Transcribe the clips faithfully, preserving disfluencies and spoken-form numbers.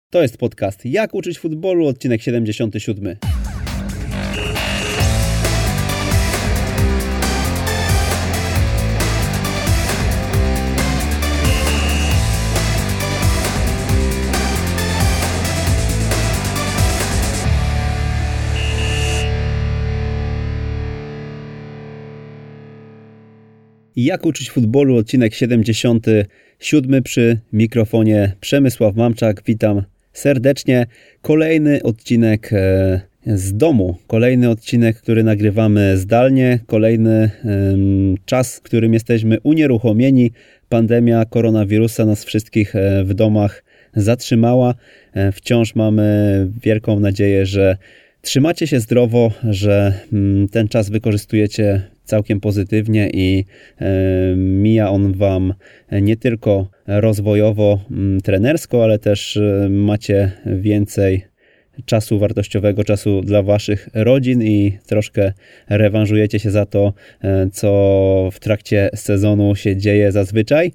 To jest podcast Jak uczyć futbolu, odcinek siedemdziesiąty siódmy. Jak uczyć futbolu, odcinek siedemdziesiąty siódmy, przy mikrofonie Przemysław Mamczak. Witam serdecznie. Kolejny odcinek z domu, kolejny odcinek, który nagrywamy zdalnie, kolejny czas, w którym jesteśmy unieruchomieni. Pandemia koronawirusa nas wszystkich w domach zatrzymała. Wciąż mamy wielką nadzieję, że trzymacie się zdrowo, że ten czas wykorzystujecie całkiem pozytywnie i mija on Wam nie tylko rozwojowo, trenersko, ale też macie więcej czasu wartościowego, czasu dla Waszych rodzin i troszkę rewanżujecie się za to, co w trakcie sezonu się dzieje zazwyczaj.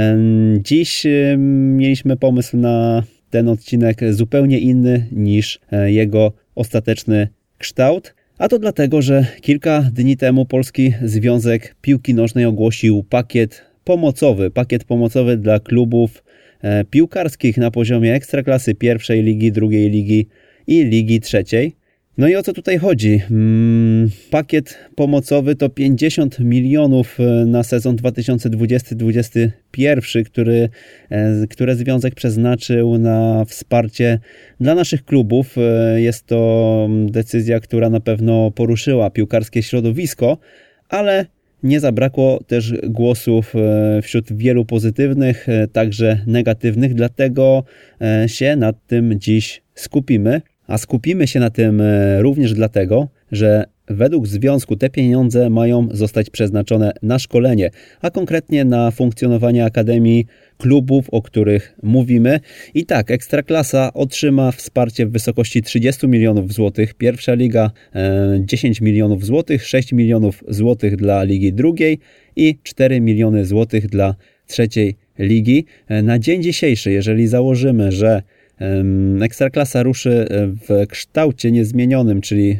Dziś mieliśmy pomysł na ten odcinek zupełnie inny niż jego ostateczny kształt. A to dlatego, że kilka dni temu Polski Związek Piłki Nożnej ogłosił pakiet pomocowy. Pakiet pomocowy dla klubów e, piłkarskich na poziomie ekstraklasy pierwszej ligi, drugiej ligi i ligi trzeciej. No i o co tutaj chodzi? Hmm, pakiet pomocowy to pięćdziesiąt milionów na sezon dwa tysiące dwudziesty dwudziesty pierwszy, który, e, które Związek przeznaczył na wsparcie dla naszych klubów. E, jest to decyzja, która na pewno poruszyła piłkarskie środowisko, ale nie zabrakło też głosów e, wśród wielu pozytywnych, e, także negatywnych, dlatego e, się nad tym dziś skupimy. A skupimy się na tym również dlatego, że według Związku te pieniądze mają zostać przeznaczone na szkolenie, a konkretnie na funkcjonowanie akademii klubów, o których mówimy. I tak, Ekstraklasa otrzyma wsparcie w wysokości trzydzieści milionów złotych, pierwsza liga dziesięć milionów złotych, sześć milionów złotych dla ligi drugiej i cztery miliony złotych dla trzeciej ligi. Na dzień dzisiejszy, jeżeli założymy, że Ekstraklasa ruszy w kształcie niezmienionym, czyli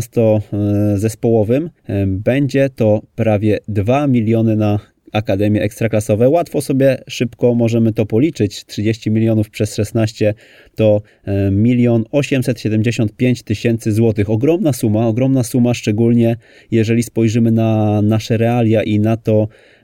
szesnastozespołowym, będzie to prawie dwa miliony na akademie ekstraklasowe. Łatwo sobie, szybko możemy to policzyć. trzydzieści milionów przez szesnaście to milion osiemset siedemdziesiąt pięć tysięcy złotych. Ogromna suma, ogromna suma, szczególnie jeżeli spojrzymy na nasze realia i na to,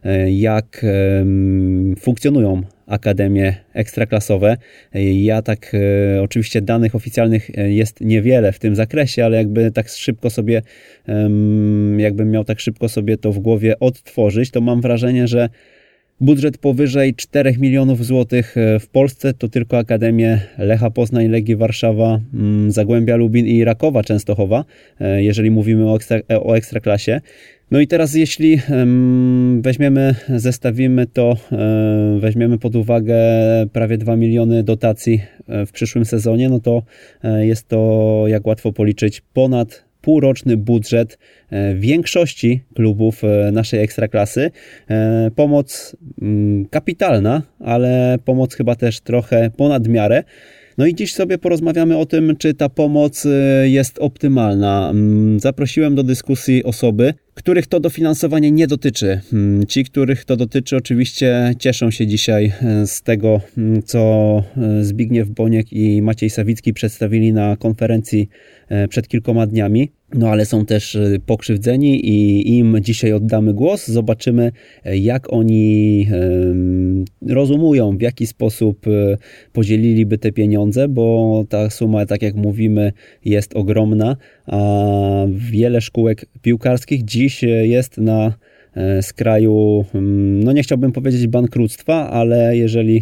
jak funkcjonują akademie ekstraklasowe. Ja tak, e, oczywiście danych oficjalnych jest niewiele w tym zakresie, ale jakby tak szybko sobie, e, jakbym miał tak szybko sobie to w głowie odtworzyć, to mam wrażenie, że budżet powyżej czterech milionów złotych w Polsce to tylko akademie Lecha Poznań, Legii Warszawa, Zagłębia Lubin i Rakowa Częstochowa, jeżeli mówimy o, ekstra, o ekstraklasie. No i teraz jeśli um, weźmiemy, zestawimy to, um, weźmiemy pod uwagę prawie dwa miliony dotacji w przyszłym sezonie, no to um, jest to, jak łatwo policzyć, ponad półroczny budżet um, większości klubów um, naszej ekstraklasy. Um, pomoc um, kapitalna, ale pomoc chyba też trochę ponad miarę. No i dziś sobie porozmawiamy o tym, czy ta pomoc jest optymalna. Zaprosiłem do dyskusji osoby, których to dofinansowanie nie dotyczy. Ci, których to dotyczy, oczywiście cieszą się dzisiaj z tego, co Zbigniew Boniek i Maciej Sawicki przedstawili na konferencji przed kilkoma dniami. No ale są też pokrzywdzeni i im dzisiaj oddamy głos. Zobaczymy, jak oni rozumują, w jaki sposób podzieliliby te pieniądze, bo ta suma, tak jak mówimy, jest ogromna, a wiele szkółek piłkarskich dziś jest na skraju, no nie chciałbym powiedzieć bankructwa, ale jeżeli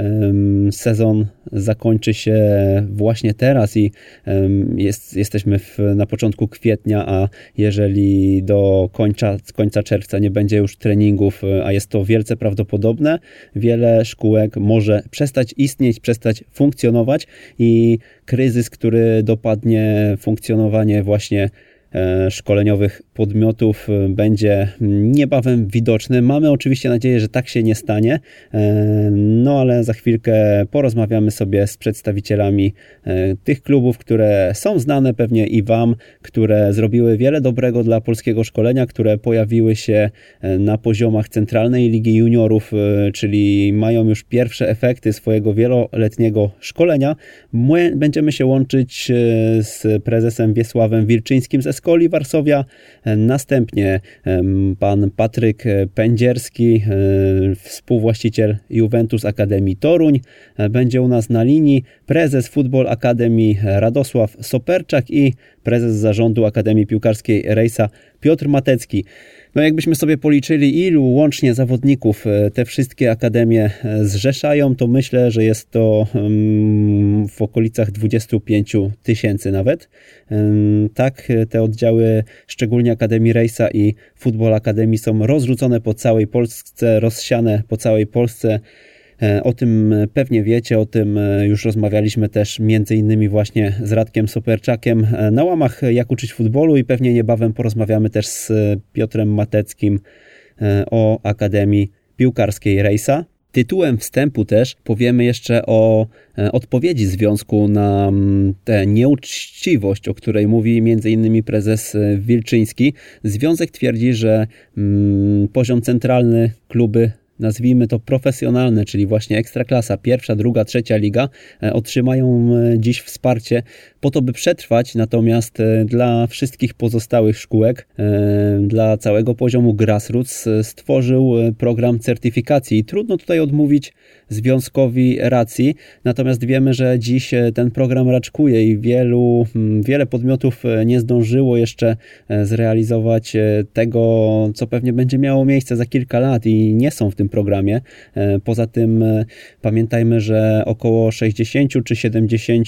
sezon zakończy się właśnie teraz i jest, jesteśmy w, na początku kwietnia, a jeżeli do końca, końca czerwca nie będzie już treningów, a jest to wielce prawdopodobne, wiele szkółek może przestać istnieć, przestać funkcjonować i kryzys, który dopadnie funkcjonowanie właśnie szkoleniowych podmiotów będzie niebawem widoczny. Mamy oczywiście nadzieję, że tak się nie stanie, no ale za chwilkę porozmawiamy sobie z przedstawicielami tych klubów, które są znane pewnie i Wam, które zrobiły wiele dobrego dla polskiego szkolenia, które pojawiły się na poziomach Centralnej Ligi Juniorów, czyli mają już pierwsze efekty swojego wieloletniego szkolenia. My będziemy się łączyć z prezesem Wiesławem Wilczyńskim z Eskoli Warszawia. Następnie pan Patryk Pędzierski, współwłaściciel Juventus Akademii Toruń, będzie u nas na linii, prezes Football Akademii Radosław Soperczak i prezes zarządu Akademii Piłkarskiej Rejsa Piotr Matecki. No jakbyśmy sobie policzyli, ilu łącznie zawodników te wszystkie akademie zrzeszają, to myślę, że jest to w okolicach dwudziestu pięciu tysięcy nawet. Tak, te oddziały, szczególnie Akademii Rejsa i Football Akademii, są rozrzucone po całej Polsce, rozsiane po całej Polsce. O tym pewnie wiecie, o tym już rozmawialiśmy też między innymi właśnie z Radkiem Soperczakiem na łamach Jak uczyć futbolu i pewnie niebawem porozmawiamy też z Piotrem Mateckim o Akademii Piłkarskiej Rejsa. Tytułem wstępu też powiemy jeszcze o odpowiedzi związku na tę nieuczciwość, o której mówi między innymi prezes Wilczyński. Związek twierdzi, że poziom centralny, kluby, nazwijmy to profesjonalne, czyli właśnie Ekstraklasa, pierwsza, druga, trzecia liga, otrzymają dziś wsparcie po to, by przetrwać, natomiast dla wszystkich pozostałych szkółek, dla całego poziomu grassroots stworzył program certyfikacji i trudno tutaj odmówić związkowi racji, natomiast wiemy, że dziś ten program raczkuje i wielu, wiele podmiotów nie zdążyło jeszcze zrealizować tego, co pewnie będzie miało miejsce za kilka lat i nie są w tym programie. Poza tym pamiętajmy, że około sześćdziesiąt czy siedemdziesiąt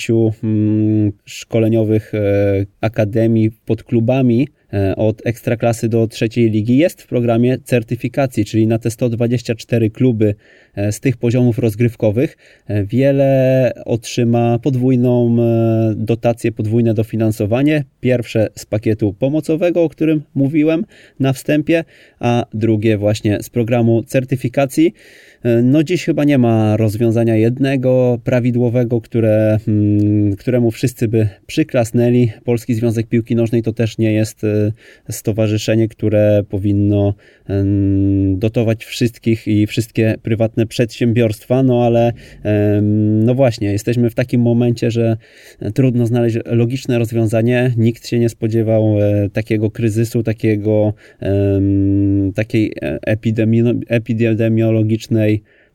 szkoleniowych akademii pod klubami od Ekstraklasy do trzeciej ligi jest w programie certyfikacji, czyli na te sto dwadzieścia cztery kluby z tych poziomów rozgrywkowych wiele otrzyma podwójną dotację, podwójne dofinansowanie. Pierwsze z pakietu pomocowego, o którym mówiłem na wstępie, a drugie właśnie z programu certyfikacji. No dziś chyba nie ma rozwiązania jednego, prawidłowego, które, któremu wszyscy by przyklasnęli. Polski Związek Piłki Nożnej to też nie jest stowarzyszenie, które powinno dotować wszystkich i wszystkie prywatne przedsiębiorstwa, no ale no właśnie, jesteśmy w takim momencie, że trudno znaleźć logiczne rozwiązanie. Nikt się nie spodziewał takiego kryzysu, takiego takiej epidemi- epidemiologicznej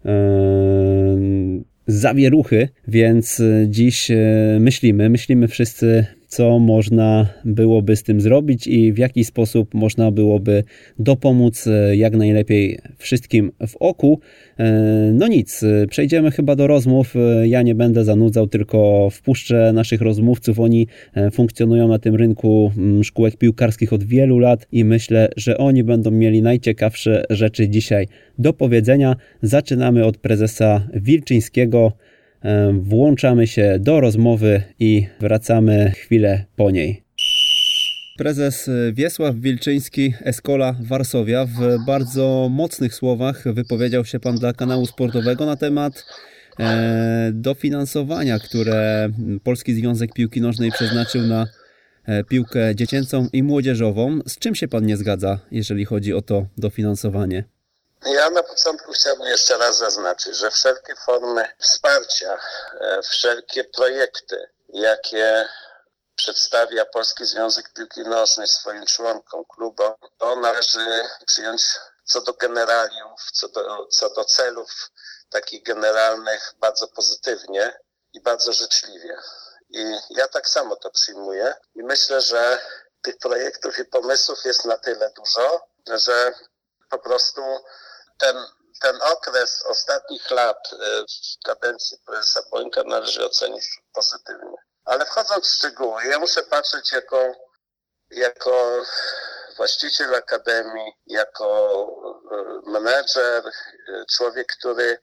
zawieruchy, więc dziś myślimy, myślimy wszyscy, co można byłoby z tym zrobić i w jaki sposób można byłoby dopomóc jak najlepiej wszystkim w oku. No nic, przejdziemy chyba do rozmów. Ja nie będę zanudzał, tylko wpuszczę naszych rozmówców. Oni funkcjonują na tym rynku szkółek piłkarskich od wielu lat i myślę, że oni będą mieli najciekawsze rzeczy dzisiaj do powiedzenia. Zaczynamy od prezesa Wilczyńskiego. Włączamy się do rozmowy i wracamy chwilę po niej. Prezes Wiesław Wilczyński, Eskola Warszawia, w bardzo mocnych słowach wypowiedział się Pan dla kanału sportowego na temat e, dofinansowania, które Polski Związek Piłki Nożnej przeznaczył na e, piłkę dziecięcą i młodzieżową. Z czym się Pan nie zgadza, jeżeli chodzi o to dofinansowanie? Ja na początku chciałbym jeszcze raz zaznaczyć, że wszelkie formy wsparcia, wszelkie projekty, jakie przedstawia Polski Związek Piłki Nożnej swoim członkom, klubom, to należy przyjąć co do generaliów, co do, co do celów takich generalnych bardzo pozytywnie i bardzo życzliwie. I ja tak samo to przyjmuję i myślę, że tych projektów i pomysłów jest na tyle dużo, że po prostu ten, ten okres ostatnich lat w kadencji prezesa Bońka należy ocenić pozytywnie. Ale wchodząc w szczegóły, ja muszę patrzeć jako, jako właściciel akademii, jako menedżer, człowiek, który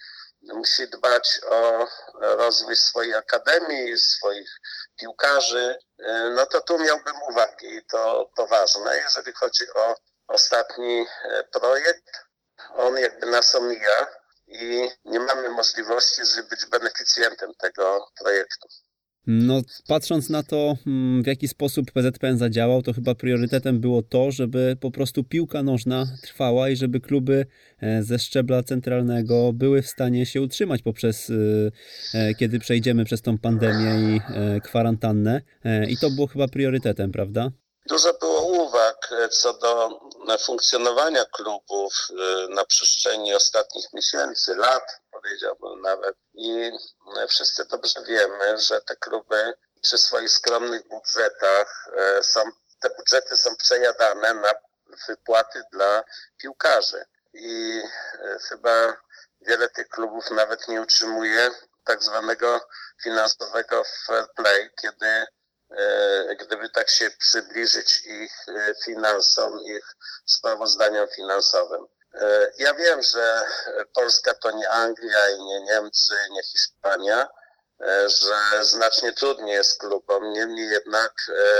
musi dbać o rozwój swojej akademii, swoich piłkarzy, no to tu miałbym uwagi i to, to ważne. Jeżeli chodzi o ostatni projekt, on jakby nas omija i nie mamy możliwości, żeby być beneficjentem tego projektu. No, patrząc na to, w jaki sposób P Z P N zadziałał, to chyba priorytetem było to, żeby po prostu piłka nożna trwała i żeby kluby ze szczebla centralnego były w stanie się utrzymać poprzez, kiedy przejdziemy przez tą pandemię i kwarantannę. I to było chyba priorytetem, prawda? Dużo było uwag co do funkcjonowania klubów na przestrzeni ostatnich miesięcy, lat, powiedziałbym nawet. I wszyscy dobrze wiemy, że te kluby przy swoich skromnych budżetach są, te budżety są przejadane na wypłaty dla piłkarzy. I chyba wiele tych klubów nawet nie utrzymuje tak zwanego finansowego fair play, kiedy gdyby tak się przybliżyć ich finansom, ich sprawozdaniom finansowym. Ja wiem, że Polska to nie Anglia i nie Niemcy, nie Hiszpania, że znacznie trudniej jest klubom, niemniej jednak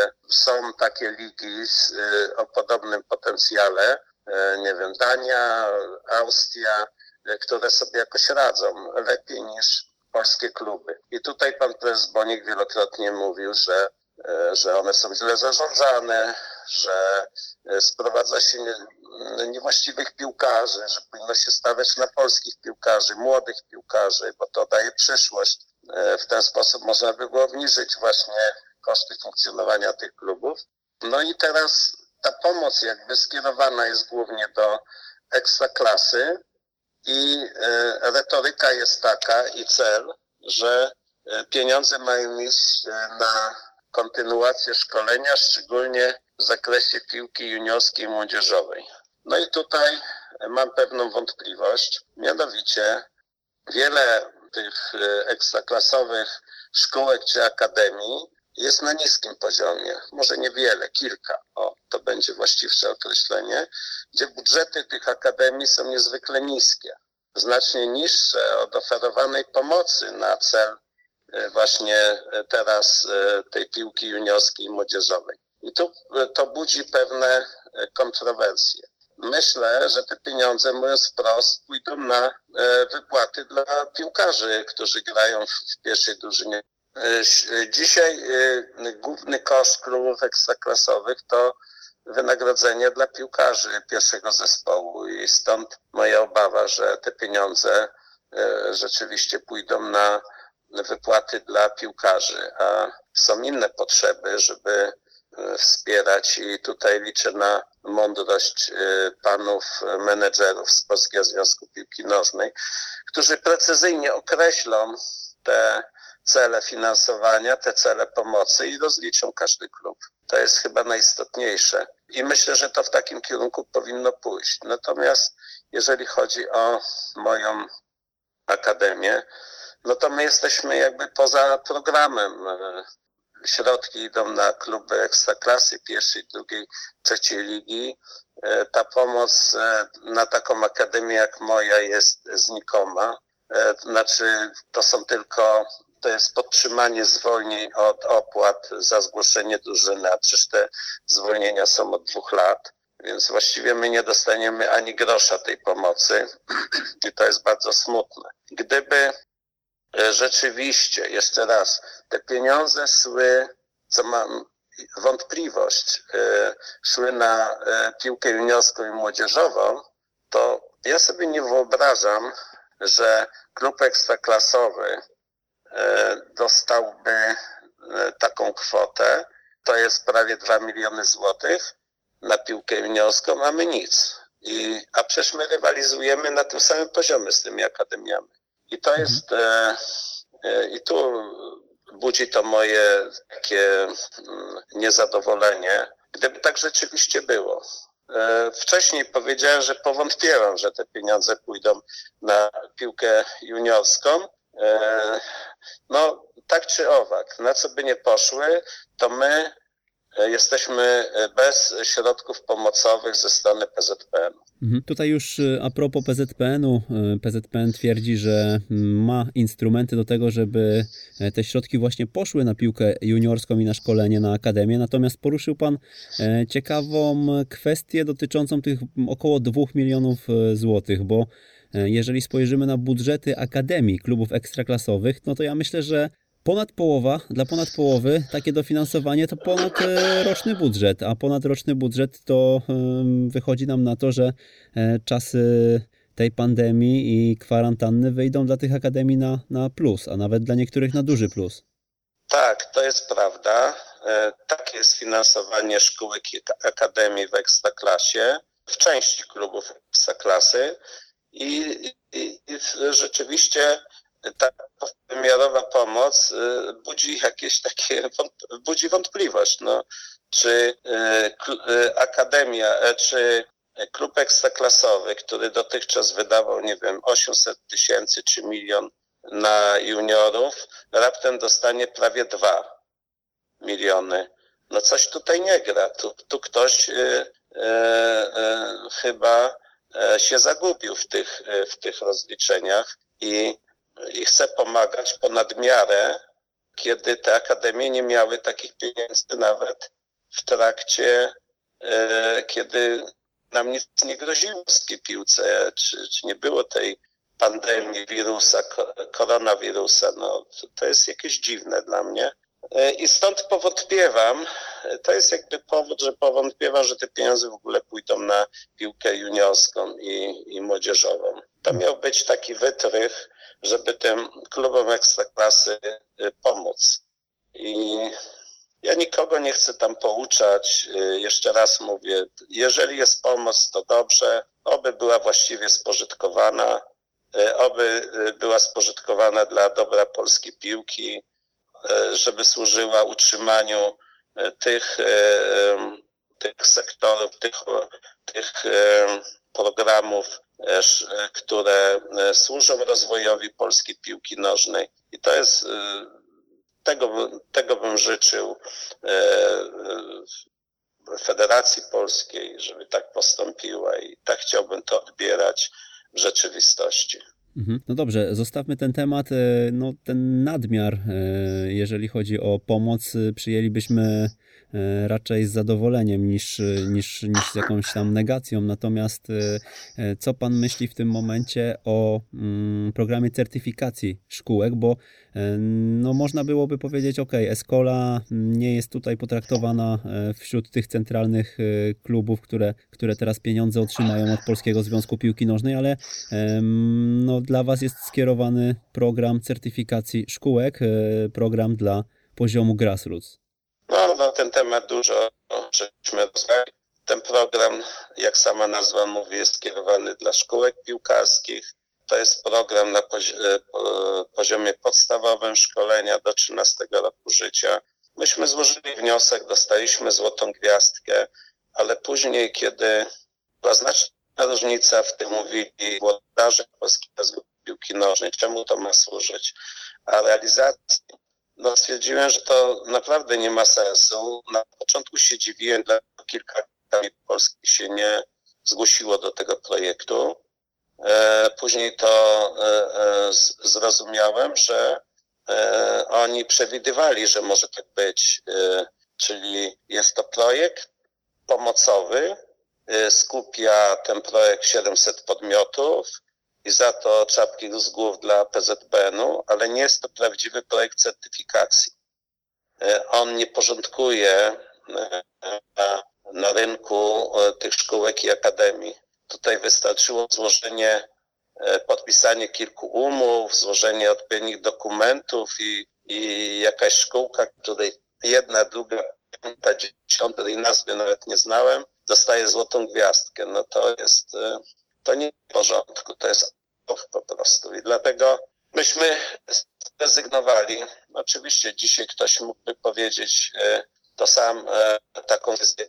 są takie ligi o podobnym potencjale, nie wiem, Dania, Austria, które sobie jakoś radzą lepiej niż polskie kluby. I tutaj pan prezes Bonik wielokrotnie mówił, że że one są źle zarządzane, że sprowadza się niewłaściwych piłkarzy, że powinno się stawiać na polskich piłkarzy, młodych piłkarzy, bo to daje przyszłość. W ten sposób można by było obniżyć właśnie koszty funkcjonowania tych klubów. No i teraz ta pomoc jakby skierowana jest głównie do ekstraklasy i retoryka jest taka i cel, że pieniądze mają iść na kontynuację szkolenia, szczególnie w zakresie piłki juniorskiej i młodzieżowej. No i tutaj mam pewną wątpliwość, mianowicie wiele tych ekstraklasowych szkółek czy akademii jest na niskim poziomie, może niewiele, kilka, o, to będzie właściwsze określenie, gdzie budżety tych akademii są niezwykle niskie, znacznie niższe od oferowanej pomocy na cel właśnie teraz tej piłki juniorskiej i młodzieżowej. I tu to budzi pewne kontrowersje. Myślę, że te pieniądze, mówiąc wprost, pójdą na wypłaty dla piłkarzy, którzy grają w pierwszej drużynie. Dzisiaj główny koszt klubów ekstraklasowych to wynagrodzenie dla piłkarzy pierwszego zespołu i stąd moja obawa, że te pieniądze rzeczywiście pójdą na wypłaty dla piłkarzy, a są inne potrzeby, żeby wspierać i tutaj liczę na mądrość panów menedżerów z Polskiego Związku Piłki Nożnej, którzy precyzyjnie określą te cele finansowania, te cele pomocy i rozliczą każdy klub. To jest chyba najistotniejsze i myślę, że to w takim kierunku powinno pójść. Natomiast jeżeli chodzi o moją akademię, no to my jesteśmy jakby poza programem. Środki idą na kluby ekstraklasy pierwszej, drugiej, trzeciej ligi. Ta pomoc na taką akademię jak moja jest znikoma. Znaczy to są tylko, to jest podtrzymanie zwolnień od opłat za zgłoszenie drużyny, a przecież te zwolnienia są od dwóch lat. Więc właściwie my nie dostaniemy ani grosza tej pomocy i to jest bardzo smutne. Gdyby rzeczywiście, jeszcze raz, te pieniądze szły, co mam wątpliwość, szły na piłkę juniorską i młodzieżową, to ja sobie nie wyobrażam, że klub ekstraklasowy dostałby taką kwotę, to jest prawie dwa miliony złotych na piłkę juniorską, a my nic. I, a przecież my rywalizujemy na tym samym poziomie z tymi akademiami. I to jest, e, e, i tu budzi to moje takie mm, niezadowolenie, gdyby tak rzeczywiście było. E, wcześniej powiedziałem, że powątpiewam, że te pieniądze pójdą na piłkę juniorską. E, no, tak czy owak, na co by nie poszły, to my jesteśmy bez środków pomocowych ze strony P Z P N. Mhm. Tutaj już a propos P Z P N-u, P Z P N twierdzi, że ma instrumenty do tego, żeby te środki właśnie poszły na piłkę juniorską i na szkolenie, na akademię. Natomiast poruszył Pan ciekawą kwestię dotyczącą tych około dwóch milionów złotych, bo jeżeli spojrzymy na budżety akademii, klubów ekstraklasowych, no to ja myślę, że ponad połowa, dla ponad połowy takie dofinansowanie to ponad roczny budżet, a ponadroczny budżet to wychodzi nam na to, że czasy tej pandemii i kwarantanny wyjdą dla tych akademii na, na plus, a nawet dla niektórych na duży plus. Tak, to jest prawda. Takie jest finansowanie szkółek i akademii w Ekstraklasie, w części klubów Ekstraklasy i, i, i rzeczywiście ta wymiarowa pomoc budzi jakieś takie, budzi wątpliwość, no, czy akademia, czy klub ekstraklasowy, który dotychczas wydawał, nie wiem, osiemset tysięcy czy milion na juniorów, raptem dostanie prawie dwa miliony. No coś tutaj nie gra, tu, tu ktoś y, y, y, chyba się zagubił w tych, w tych rozliczeniach i i chce pomagać ponad miarę, kiedy te akademie nie miały takich pieniędzy nawet w trakcie, e, kiedy nam nic nie groziło w piłce, czy, czy nie było tej pandemii wirusa, koronawirusa. No, to jest jakieś dziwne dla mnie. E, I stąd powątpiewam, to jest jakby powód, że powątpiewam, że te pieniądze w ogóle pójdą na piłkę juniorską i, i młodzieżową. To miał być taki wytrych, żeby tym klubom ekstraklasy pomóc. I ja nikogo nie chcę tam pouczać. Jeszcze raz mówię, jeżeli jest pomoc, to dobrze, oby była właściwie spożytkowana, oby była spożytkowana dla dobra polskiej piłki, żeby służyła utrzymaniu tych, tych sektorów, tych, tych programów, które służą rozwojowi polskiej piłki nożnej. I to jest, tego, tego bym życzył Federacji Polskiej, żeby tak postąpiła i tak chciałbym to odbierać w rzeczywistości. No dobrze, zostawmy ten temat, no ten nadmiar, jeżeli chodzi o pomoc, przyjęlibyśmy raczej z zadowoleniem niż, niż, niż z jakąś tam negacją. Natomiast co Pan myśli w tym momencie o programie certyfikacji szkółek, bo no można byłoby powiedzieć, ok, Escola nie jest tutaj potraktowana wśród tych centralnych klubów, które, które teraz pieniądze otrzymają od Polskiego Związku Piłki Nożnej, ale no dla Was jest skierowany program certyfikacji szkółek, program dla poziomu grassroots. No, na ten temat dużo żeśmy rozmawiali. Ten program, jak sama nazwa mówi, jest skierowany dla szkółek piłkarskich. To jest program na pozi- poziomie podstawowym szkolenia do trzynastego roku życia. Myśmy złożyli wniosek, dostaliśmy złotą gwiazdkę, ale później, kiedy była znaczna różnica, w tym mówili włodarze Polskiego Związku Piłki Nożnej, czemu to ma służyć, a realizacji, no stwierdziłem, że to naprawdę nie ma sensu. Na początku się dziwiłem, dlaczego kilka krajów polskich się nie zgłosiło do tego projektu. Później to zrozumiałem, że oni przewidywali, że może tak być, czyli jest to projekt pomocowy, skupia ten projekt siedemset podmiotów i za to czapki z głów dla P Z P N-u, ale nie jest to prawdziwy projekt certyfikacji. On nie porządkuje na, na rynku tych szkółek i akademii. Tutaj wystarczyło złożenie, podpisanie kilku umów, złożenie odpowiednich dokumentów i, i jakaś szkółka, której jedna, druga, piąta, dziesiąta, tej nazwy nawet nie znałem, dostaje złotą gwiazdkę. No to jest, to nie w porządku, to jest po prostu. I dlatego myśmy zrezygnowali. Oczywiście dzisiaj ktoś mógłby powiedzieć to sam, taką decyzję,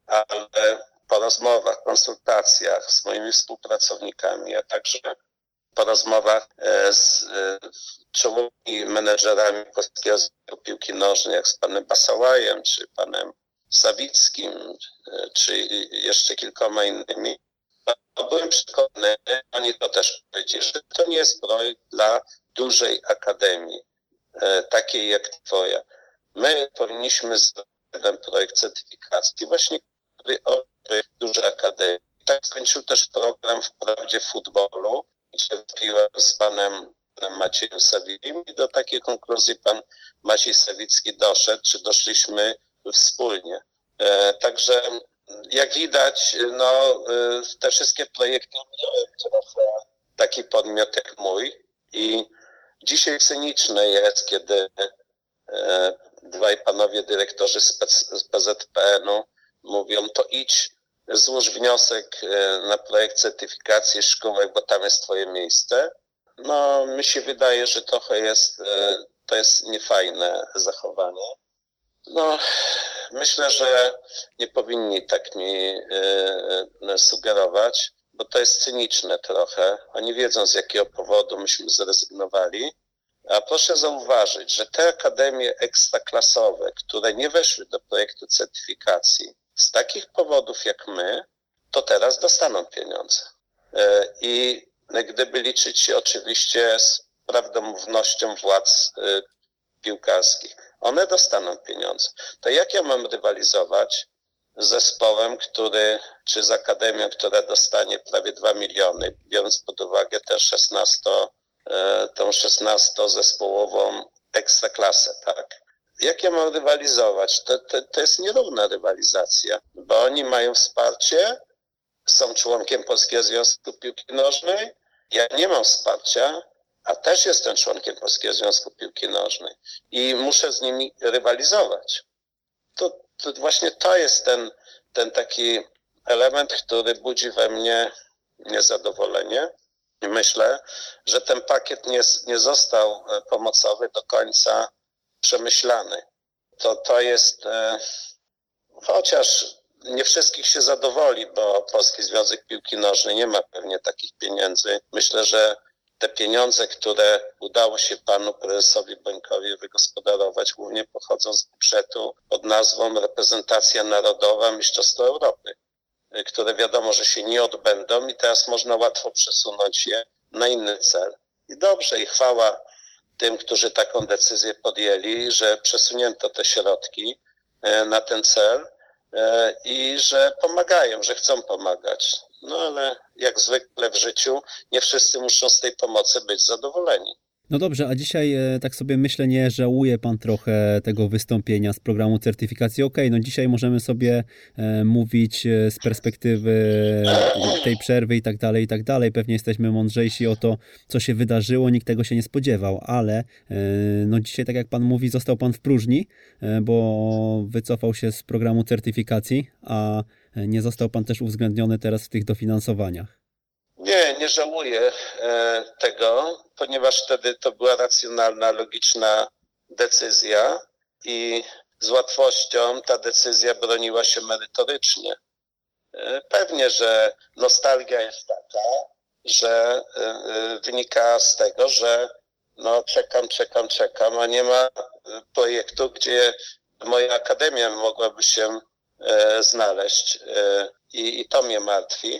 ale po rozmowach, konsultacjach z moimi współpracownikami, a także po rozmowach z czołowymi menedżerami Polskiego Związku Piłki Nożnej, jak z panem Basałajem, czy panem Sawickim, czy jeszcze kilkoma innymi, to byłem przekonany, oni to też powiedzieli, że to nie jest projekt dla dużej akademii, takiej jak twoja. My powinniśmy zrobić ten projekt certyfikacji właśnie o dużej akademii. Tak skończył też program Wprawdzie futbolu, gdzie piłem z panem Maciejem Sawickim i do takiej konkluzji pan Maciej Sawicki doszedł, czy doszliśmy wspólnie. E, także jak widać, no, te wszystkie projekty miały trochę taki podmiot jak mój i dzisiaj cyniczne jest, kiedy e, dwaj panowie dyrektorzy z P Z P N-u mówią, to idź, złóż wniosek na projekt certyfikacji szkółek, bo tam jest twoje miejsce. No, mi się wydaje, że trochę jest, to jest niefajne zachowanie. No, myślę, że nie powinni tak mi sugerować, bo to jest cyniczne trochę. Oni wiedzą, z jakiego powodu myśmy zrezygnowali. A proszę zauważyć, że te akademie ekstraklasowe, które nie weszły do projektu certyfikacji z takich powodów jak my, to teraz dostaną pieniądze. I gdyby liczyć się oczywiście z prawdomównością władz piłkarskich, one dostaną pieniądze. To jak ja mam rywalizować z zespołem, który, czy z akademią, która dostanie prawie dwa miliony, biorąc pod uwagę tę szesnasto, tą szesnastozespołową ekstraklasę, tak? Jak ja mam rywalizować? To, to, to jest nierówna rywalizacja, bo oni mają wsparcie, są członkiem Polskiego Związku Piłki Nożnej, ja nie mam wsparcia, a też jestem członkiem Polskiego Związku Piłki Nożnej i muszę z nimi rywalizować. To, to właśnie to jest ten, ten taki element, który budzi we mnie niezadowolenie. I myślę, że ten pakiet nie, nie został pomocowy do końca przemyślany. To, to jest, e, chociaż nie wszystkich się zadowoli, bo Polski Związek Piłki Nożnej nie ma pewnie takich pieniędzy. Myślę, że te pieniądze, które udało się panu prezesowi Bońkowi wygospodarować, głównie pochodzą z budżetu pod nazwą Reprezentacja Narodowa Mistrzostwa Europy, które wiadomo, że się nie odbędą i teraz można łatwo przesunąć je na inny cel. I dobrze, i chwała tym, którzy taką decyzję podjęli, że przesunięto te środki na ten cel i że pomagają, że chcą pomagać. No ale jak zwykle w życiu nie wszyscy muszą z tej pomocy być zadowoleni. No dobrze, a dzisiaj e, tak sobie myślę, nie żałuje pan trochę tego wystąpienia z programu certyfikacji? Okej, no dzisiaj możemy sobie e, mówić e, z perspektywy tej przerwy i tak dalej, i tak dalej. Pewnie jesteśmy mądrzejsi o to, co się wydarzyło, nikt tego się nie spodziewał, ale e, no dzisiaj, tak jak pan mówi, został pan w próżni, e, bo wycofał się z programu certyfikacji, a nie został pan też uwzględniony teraz w tych dofinansowaniach. Nie, nie żałuję e, tego, ponieważ wtedy to była racjonalna, logiczna decyzja i z łatwością ta decyzja broniła się merytorycznie. E, pewnie, że nostalgia jest taka, że e, wynika z tego, że no czekam, czekam, czekam, a nie ma projektu, gdzie moja akademia mogłaby się e, znaleźć e, i, i to mnie martwi.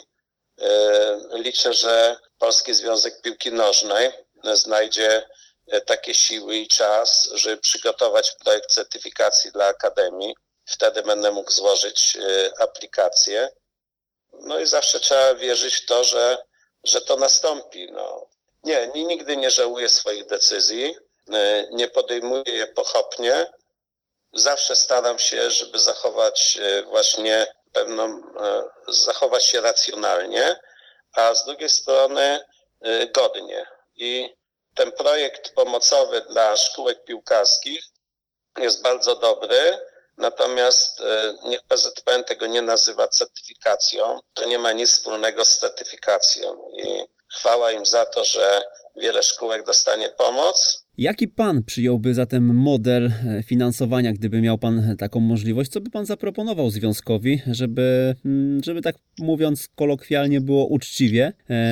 Liczę, że Polski Związek Piłki Nożnej znajdzie takie siły i czas, żeby przygotować projekt certyfikacji dla Akademii. Wtedy będę mógł złożyć aplikację. No i zawsze trzeba wierzyć w to, że, że to nastąpi. No. Nie, nigdy nie żałuję swoich decyzji, nie podejmuję je pochopnie. Zawsze staram się, żeby zachować właśnie pewną, zachować się racjonalnie, a z drugiej strony godnie. I ten projekt pomocowy dla szkółek piłkarskich jest bardzo dobry, natomiast niech P Z P N tego nie nazywa certyfikacją, to nie ma nic wspólnego z certyfikacją i chwała im za to, że wiele szkółek dostanie pomoc. Jaki pan przyjąłby zatem model finansowania, gdyby miał pan taką możliwość? Co by pan zaproponował związkowi, żeby, żeby tak mówiąc kolokwialnie było uczciwie?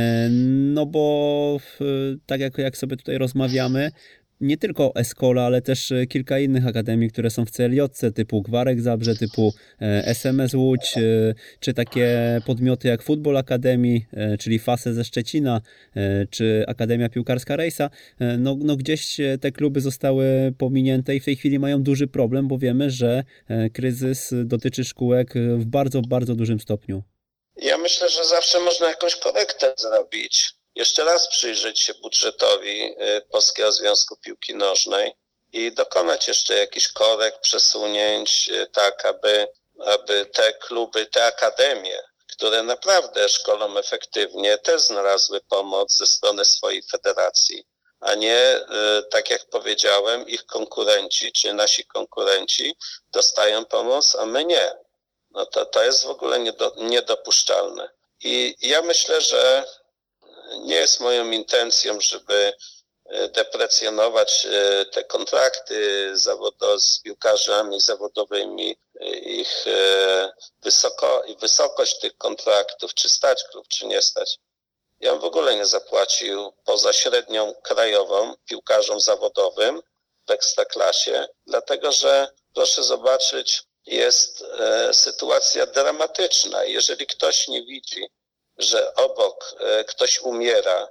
No bo tak jak, jak sobie tutaj rozmawiamy, nie tylko Escola, ale też kilka innych akademii, które są w C L J C, typu Gwarek Zabrze, typu S M S Łódź, czy takie podmioty jak Football Academy, czyli Fase ze Szczecina, czy Akademia Piłkarska Rejsa. No, no gdzieś te kluby zostały pominięte i w tej chwili mają duży problem, bo wiemy, że kryzys dotyczy szkółek w bardzo, bardzo dużym stopniu. Ja myślę, że zawsze można jakąś korektę zrobić. Jeszcze raz przyjrzeć się budżetowi Polskiego Związku Piłki Nożnej i dokonać jeszcze jakichś korekt, przesunięć, tak aby, aby te kluby, te akademie, które naprawdę szkolą efektywnie, też znalazły pomoc ze strony swojej federacji, a nie, tak jak powiedziałem, ich konkurenci czy nasi konkurenci dostają pomoc, a my nie. No to, to jest w ogóle niedo, niedopuszczalne. I ja myślę, że nie jest moją intencją, żeby deprecjonować te kontrakty zawodowe z piłkarzami zawodowymi, ich wysoko, wysokość tych kontraktów, czy stać klub, czy nie stać. Ja bym w ogóle nie zapłacił poza średnią krajową piłkarzom zawodowym w Ekstraklasie, dlatego że proszę zobaczyć, jest sytuacja dramatyczna. Jeżeli ktoś nie widzi, że obok ktoś umiera,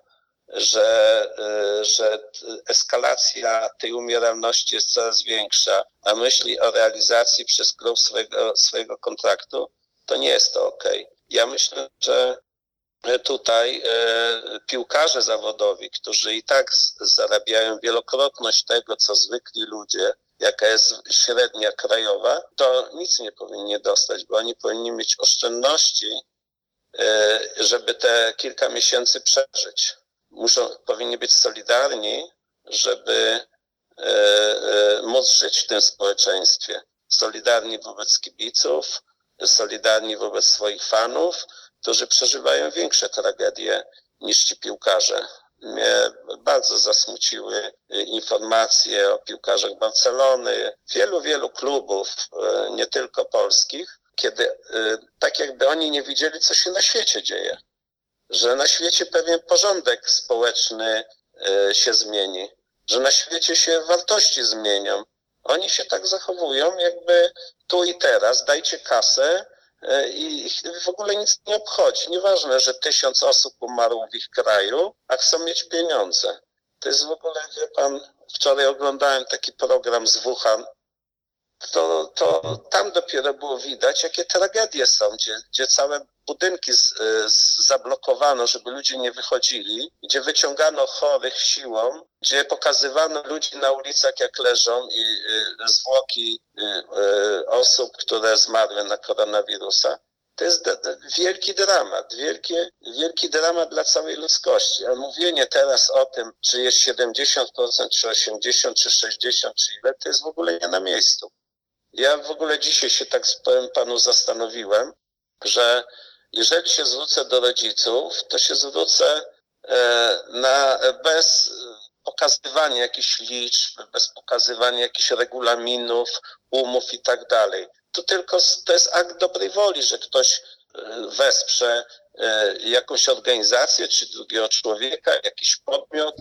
że, że eskalacja tej umieralności jest coraz większa, a myśli o realizacji przez klub swojego, swojego kontraktu, to nie jest to okej. Ja myślę, że tutaj piłkarze zawodowi, którzy i tak zarabiają wielokrotność tego, co zwykli ludzie, jaka jest średnia krajowa, to nic nie powinni dostać, bo oni powinni mieć oszczędności, żeby te kilka miesięcy przeżyć. Muszą, powinni być solidarni, żeby e, e, móc żyć w tym społeczeństwie. Solidarni wobec kibiców, solidarni wobec swoich fanów, którzy przeżywają większe tragedie niż ci piłkarze. Mnie bardzo zasmuciły informacje o piłkarzach Barcelony, wielu, wielu klubów, nie tylko polskich, kiedy tak jakby oni nie widzieli, co się na świecie dzieje. Że na świecie pewien porządek społeczny się zmieni, że na świecie się wartości zmienią. Oni się tak zachowują, jakby tu i teraz dajcie kasę i ich w ogóle nic nie obchodzi. Nieważne, że tysiąc osób umarło w ich kraju, a chcą mieć pieniądze. To jest w ogóle, wie pan, wczoraj oglądałem taki program z Wuhan, to, to tam dopiero było widać, jakie tragedie są, gdzie, gdzie całe budynki z, z zablokowano, żeby ludzie nie wychodzili, gdzie wyciągano chorych siłą, gdzie pokazywano ludzi na ulicach, jak leżą i y, zwłoki y, y, osób, które zmarły na koronawirusa. To jest d- d- wielki dramat, wielkie, wielki dramat dla całej ludzkości. A mówienie teraz o tym, czy jest siedemdziesiąt procent, czy osiemdziesiąt procent, czy sześćdziesiąt procent, czy ile, to jest w ogóle nie na miejscu. Ja w ogóle dzisiaj się tak powiem panu zastanowiłem, że jeżeli się zwrócę do rodziców, to się zwrócę na, bez pokazywania jakichś liczb, bez pokazywania jakichś regulaminów, umów i tak dalej. To tylko to jest akt dobrej woli, że ktoś wesprze jakąś organizację czy drugiego człowieka, jakiś podmiot.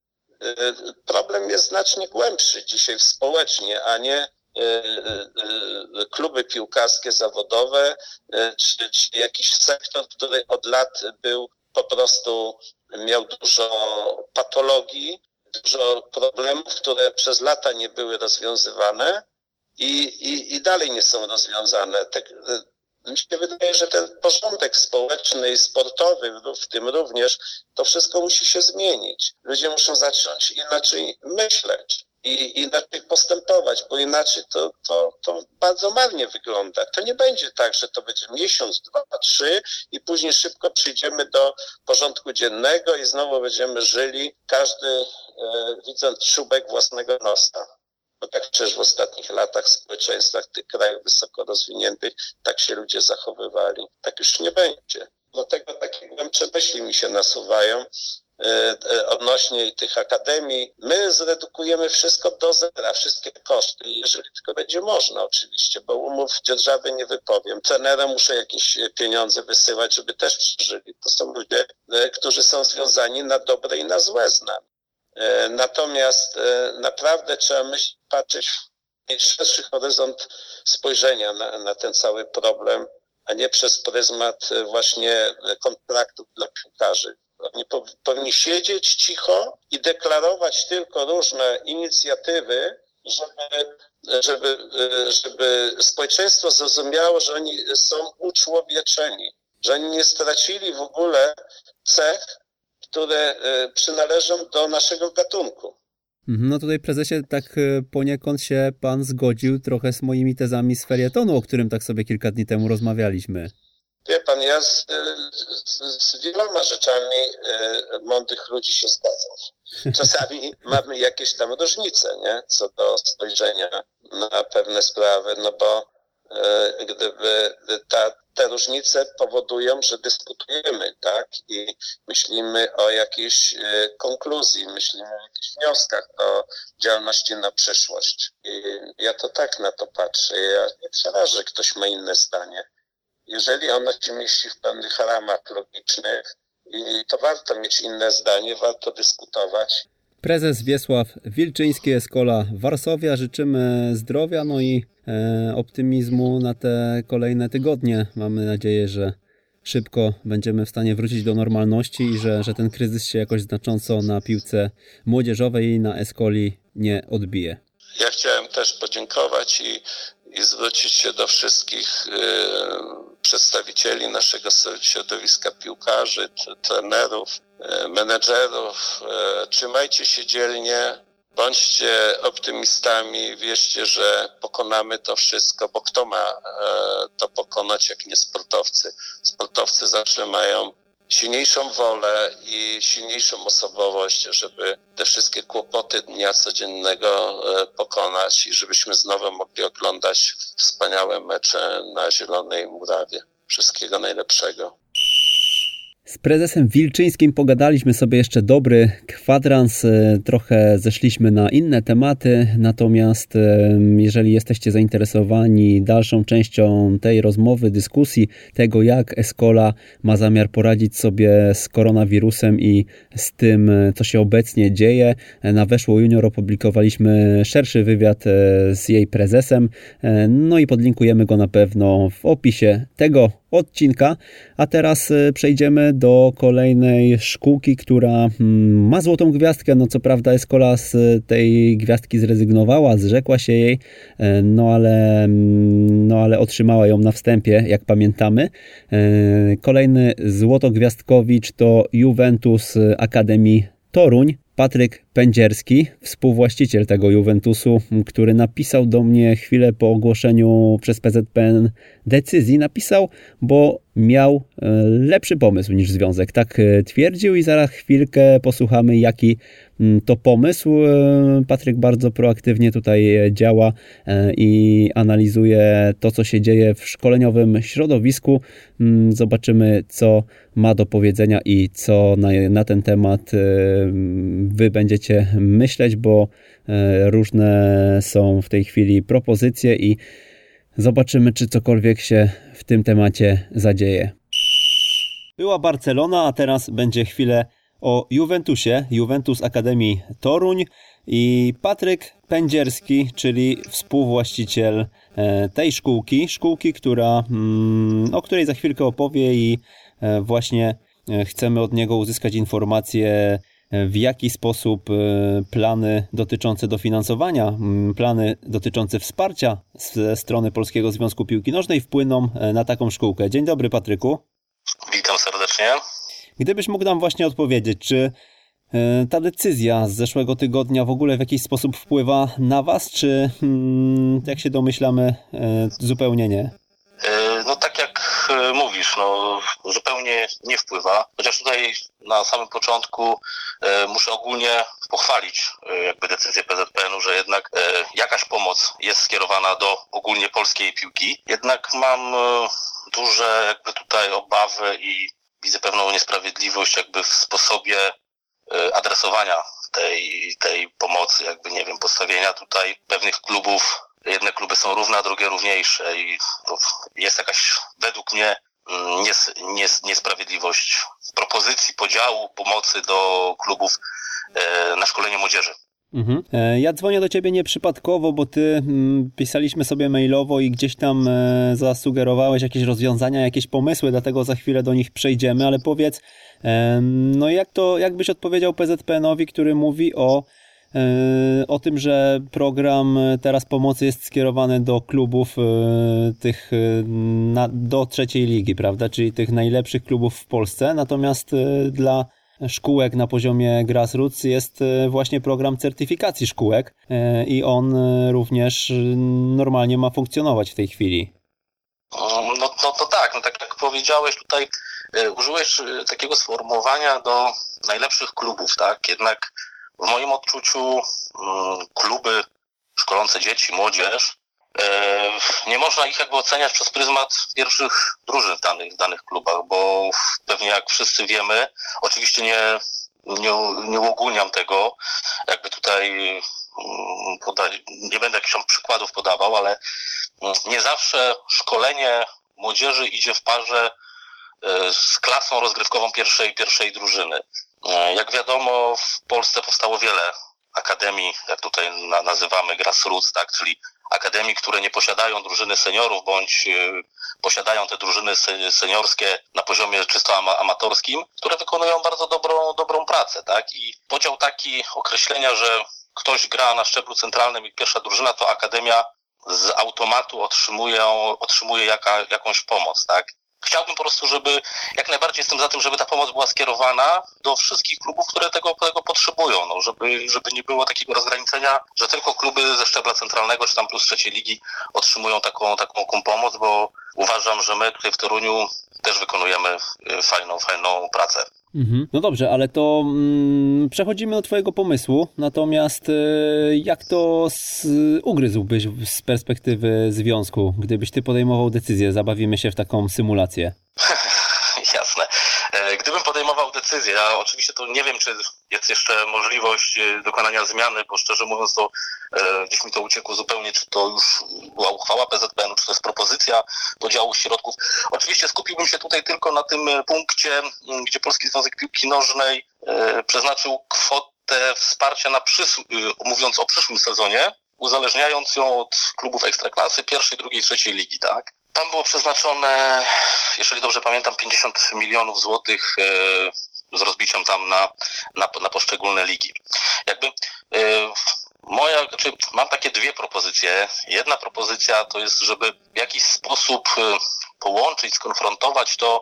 Problem jest znacznie głębszy dzisiaj społecznie, a nie kluby piłkarskie zawodowe, czy, czy jakiś sektor, który od lat był po prostu, miał dużo patologii, dużo problemów, które przez lata nie były rozwiązywane i, i, i dalej nie są rozwiązane. Tak, mi się wydaje, że ten porządek społeczny i sportowy, w tym również, to wszystko musi się zmienić. Ludzie muszą zacząć inaczej myśleć i inaczej postępować, bo inaczej to, to, to bardzo marnie wygląda. To nie będzie tak, że to będzie miesiąc, dwa, trzy i później szybko przyjdziemy do porządku dziennego i znowu będziemy żyli, każdy e, widząc czubek własnego nosa. Bo tak przecież w ostatnich latach w społeczeństwach tych krajów wysoko rozwiniętych tak się ludzie zachowywali. Tak już nie będzie. Dlatego takie głębsze myśli mi się nasuwają, odnośnie tych akademii. My zredukujemy wszystko do zera, wszystkie koszty, jeżeli tylko będzie można oczywiście, bo umów dzierżawy nie wypowiem. Trenerom muszę jakieś pieniądze wysyłać, żeby też przeżyli. To są ludzie, którzy są związani na dobre i na złe z nami. Natomiast naprawdę trzeba myśleć, patrzeć, mieć szerszy horyzont spojrzenia na, na ten cały problem, a nie przez pryzmat właśnie kontraktów dla piłkarzy. Oni powinni siedzieć cicho i deklarować tylko różne inicjatywy, żeby, żeby, żeby społeczeństwo zrozumiało, że oni są uczłowieczeni, że oni nie stracili w ogóle cech, które przynależą do naszego gatunku. No tutaj, prezesie, tak poniekąd się pan zgodził trochę z moimi tezami z felietonu, o którym tak sobie kilka dni temu rozmawialiśmy. Wie pan, ja z, z, z wieloma rzeczami y, mądrych ludzi się zgadzam. Czasami mamy jakieś tam różnice, nie? Co do spojrzenia na pewne sprawy, no bo y, gdyby ta, te różnice powodują, że dyskutujemy, tak? I myślimy o jakiejś y, konkluzji, myślimy o jakichś wnioskach do działalności na przyszłość. I ja to tak na to patrzę. Ja nie przerażę, że ktoś ma inne zdanie. Jeżeli ono się mieści w pewnych ramach logicznych, i to warto mieć inne zdanie, warto dyskutować. Prezes Wiesław Wilczyński, Escola Varsovia. Życzymy zdrowia, no i e, optymizmu na te kolejne tygodnie. Mamy nadzieję, że szybko będziemy w stanie wrócić do normalności i że, że ten kryzys się jakoś znacząco na piłce młodzieżowej i na Escoli nie odbije. Ja chciałem też podziękować i, i zwrócić się do wszystkich y, przedstawicieli naszego środowiska piłkarzy, t, trenerów, y, menedżerów. Y, trzymajcie się dzielnie, bądźcie optymistami, wierzcie, że pokonamy to wszystko, bo kto ma y, to pokonać, jak nie sportowcy. Sportowcy zawsze mają silniejszą wolę i silniejszą osobowość, żeby te wszystkie kłopoty dnia codziennego pokonać i żebyśmy znowu mogli oglądać wspaniałe mecze na Zielonej Murawie. Wszystkiego najlepszego. Z prezesem Wilczyńskim pogadaliśmy sobie jeszcze dobry kwadrans, trochę zeszliśmy na inne tematy, natomiast jeżeli jesteście zainteresowani dalszą częścią tej rozmowy, dyskusji, tego jak Escola ma zamiar poradzić sobie z koronawirusem i z tym, co się obecnie dzieje, na Weszło Junior opublikowaliśmy szerszy wywiad z jej prezesem, no i podlinkujemy go na pewno w opisie tego odcinka, a teraz przejdziemy do kolejnej szkółki, która ma złotą gwiazdkę. No co prawda Escola z tej gwiazdki zrezygnowała, zrzekła się jej, no ale, no ale otrzymała ją na wstępie, jak pamiętamy. Kolejny złotogwiazdkowicz to Juventus Akademii Toruń. Patryk Pędzierski, współwłaściciel tego Juventusu, który napisał do mnie chwilę po ogłoszeniu przez P Z P N decyzji, napisał, bo miał lepszy pomysł niż związek. Tak twierdził i zaraz chwilkę posłuchamy, jaki to pomysł. Patryk bardzo proaktywnie tutaj działa i analizuje to, co się dzieje w szkoleniowym środowisku. Zobaczymy, co ma do powiedzenia i co na, na ten temat wy będziecie myśleć, bo różne są w tej chwili propozycje i zobaczymy, czy cokolwiek się w tym temacie zadzieje. Była Barcelona, a teraz będzie chwilę o Juventusie, Juventus Akademii Toruń i Patryk Pędzierski, czyli współwłaściciel tej szkółki, szkółki, która, o której za chwilkę opowie i właśnie chcemy od niego uzyskać informacje, w jaki sposób plany dotyczące dofinansowania, plany dotyczące wsparcia ze strony Polskiego Związku Piłki Nożnej wpłyną na taką szkółkę. Dzień dobry, Patryku. Witam serdecznie. Gdybyś mógł nam właśnie odpowiedzieć, czy ta decyzja z zeszłego tygodnia w ogóle w jakiś sposób wpływa na was, czy jak się domyślamy, zupełnie nie? No tak jak mówisz, no zupełnie nie wpływa, chociaż tutaj na samym początku muszę ogólnie pochwalić jakby decyzję P Z P N u, że jednak jakaś pomoc jest skierowana do ogólnie polskiej piłki. Jednak mam duże jakby tutaj obawy i widzę pewną niesprawiedliwość jakby w sposobie adresowania tej, tej pomocy, jakby nie wiem, postawienia tutaj pewnych klubów. Jedne kluby są równe, a drugie równiejsze i jest jakaś, według mnie, nies, nies, niesprawiedliwość w propozycji podziału pomocy do klubów na szkolenie młodzieży. Mhm. Ja dzwonię do ciebie nieprzypadkowo, bo ty mm, pisaliśmy sobie mailowo i gdzieś tam e, zasugerowałeś jakieś rozwiązania, jakieś pomysły, dlatego za chwilę do nich przejdziemy, ale powiedz, e, no jak to, jak byś odpowiedział P Z P N-owi, który mówi o, e, o tym, że program teraz pomocy jest skierowany do klubów e, tych e, na, do trzeciej ligi, prawda, czyli tych najlepszych klubów w Polsce, natomiast e, dla szkółek na poziomie grassroots jest właśnie program certyfikacji szkółek i on również normalnie ma funkcjonować w tej chwili. No, no to tak, no tak jak powiedziałeś tutaj, użyłeś takiego sformułowania do najlepszych klubów, tak? Jednak w moim odczuciu kluby szkolące dzieci, młodzież, nie można ich jakby oceniać przez pryzmat pierwszych drużyn w danych, w danych klubach, bo pewnie jak wszyscy wiemy, oczywiście nie, nie, nie uogólniam tego, jakby tutaj podaj, nie będę jakichś przykładów podawał, ale nie zawsze szkolenie młodzieży idzie w parze z klasą rozgrywkową pierwszej, pierwszej drużyny. Jak wiadomo, w Polsce powstało wiele akademii, jak tutaj nazywamy grassroots, tak, czyli akademii, które nie posiadają drużyny seniorów, bądź posiadają te drużyny seniorskie na poziomie czysto amatorskim, które wykonują bardzo dobrą, dobrą pracę, tak? I podział taki określenia, że ktoś gra na szczeblu centralnym i pierwsza drużyna, to akademia z automatu otrzymuje, otrzymuje jaka, jakąś pomoc, tak? Chciałbym po prostu, żeby, jak najbardziej jestem za tym, żeby ta pomoc była skierowana do wszystkich klubów, które tego, tego potrzebują, no, żeby, żeby nie było takiego rozgraniczenia, że tylko kluby ze szczebla centralnego, czy tam plus trzeciej ligi otrzymują taką, taką pomoc, bo uważam, że my tutaj w Toruniu też wykonujemy fajną, fajną pracę. Mhm. No dobrze, ale to mm, przechodzimy do twojego pomysłu, natomiast y, jak to z, ugryzłbyś z perspektywy związku, gdybyś ty podejmował decyzję, zabawimy się w taką symulację? Jasne. Gdybym podejmował decyzję, ja oczywiście to nie wiem, czy jest jeszcze możliwość dokonania zmiany, bo szczerze mówiąc to gdzieś mi to uciekło zupełnie, czy to już była uchwała P Z P N, czy to jest propozycja podziału środków. Oczywiście skupiłbym się tutaj tylko na tym punkcie, gdzie Polski Związek Piłki Nożnej przeznaczył kwotę wsparcia na przys- mówiąc o przyszłym sezonie, uzależniając ją od klubów ekstraklasy, pierwszej, drugiej, trzeciej ligi, tak? Tam było przeznaczone, jeżeli dobrze pamiętam, pięćdziesiąt milionów złotych z rozbiciem tam na, na, na poszczególne ligi. Jakby moja, znaczy mam takie dwie propozycje. Jedna propozycja to jest, żeby w jakiś sposób połączyć, skonfrontować to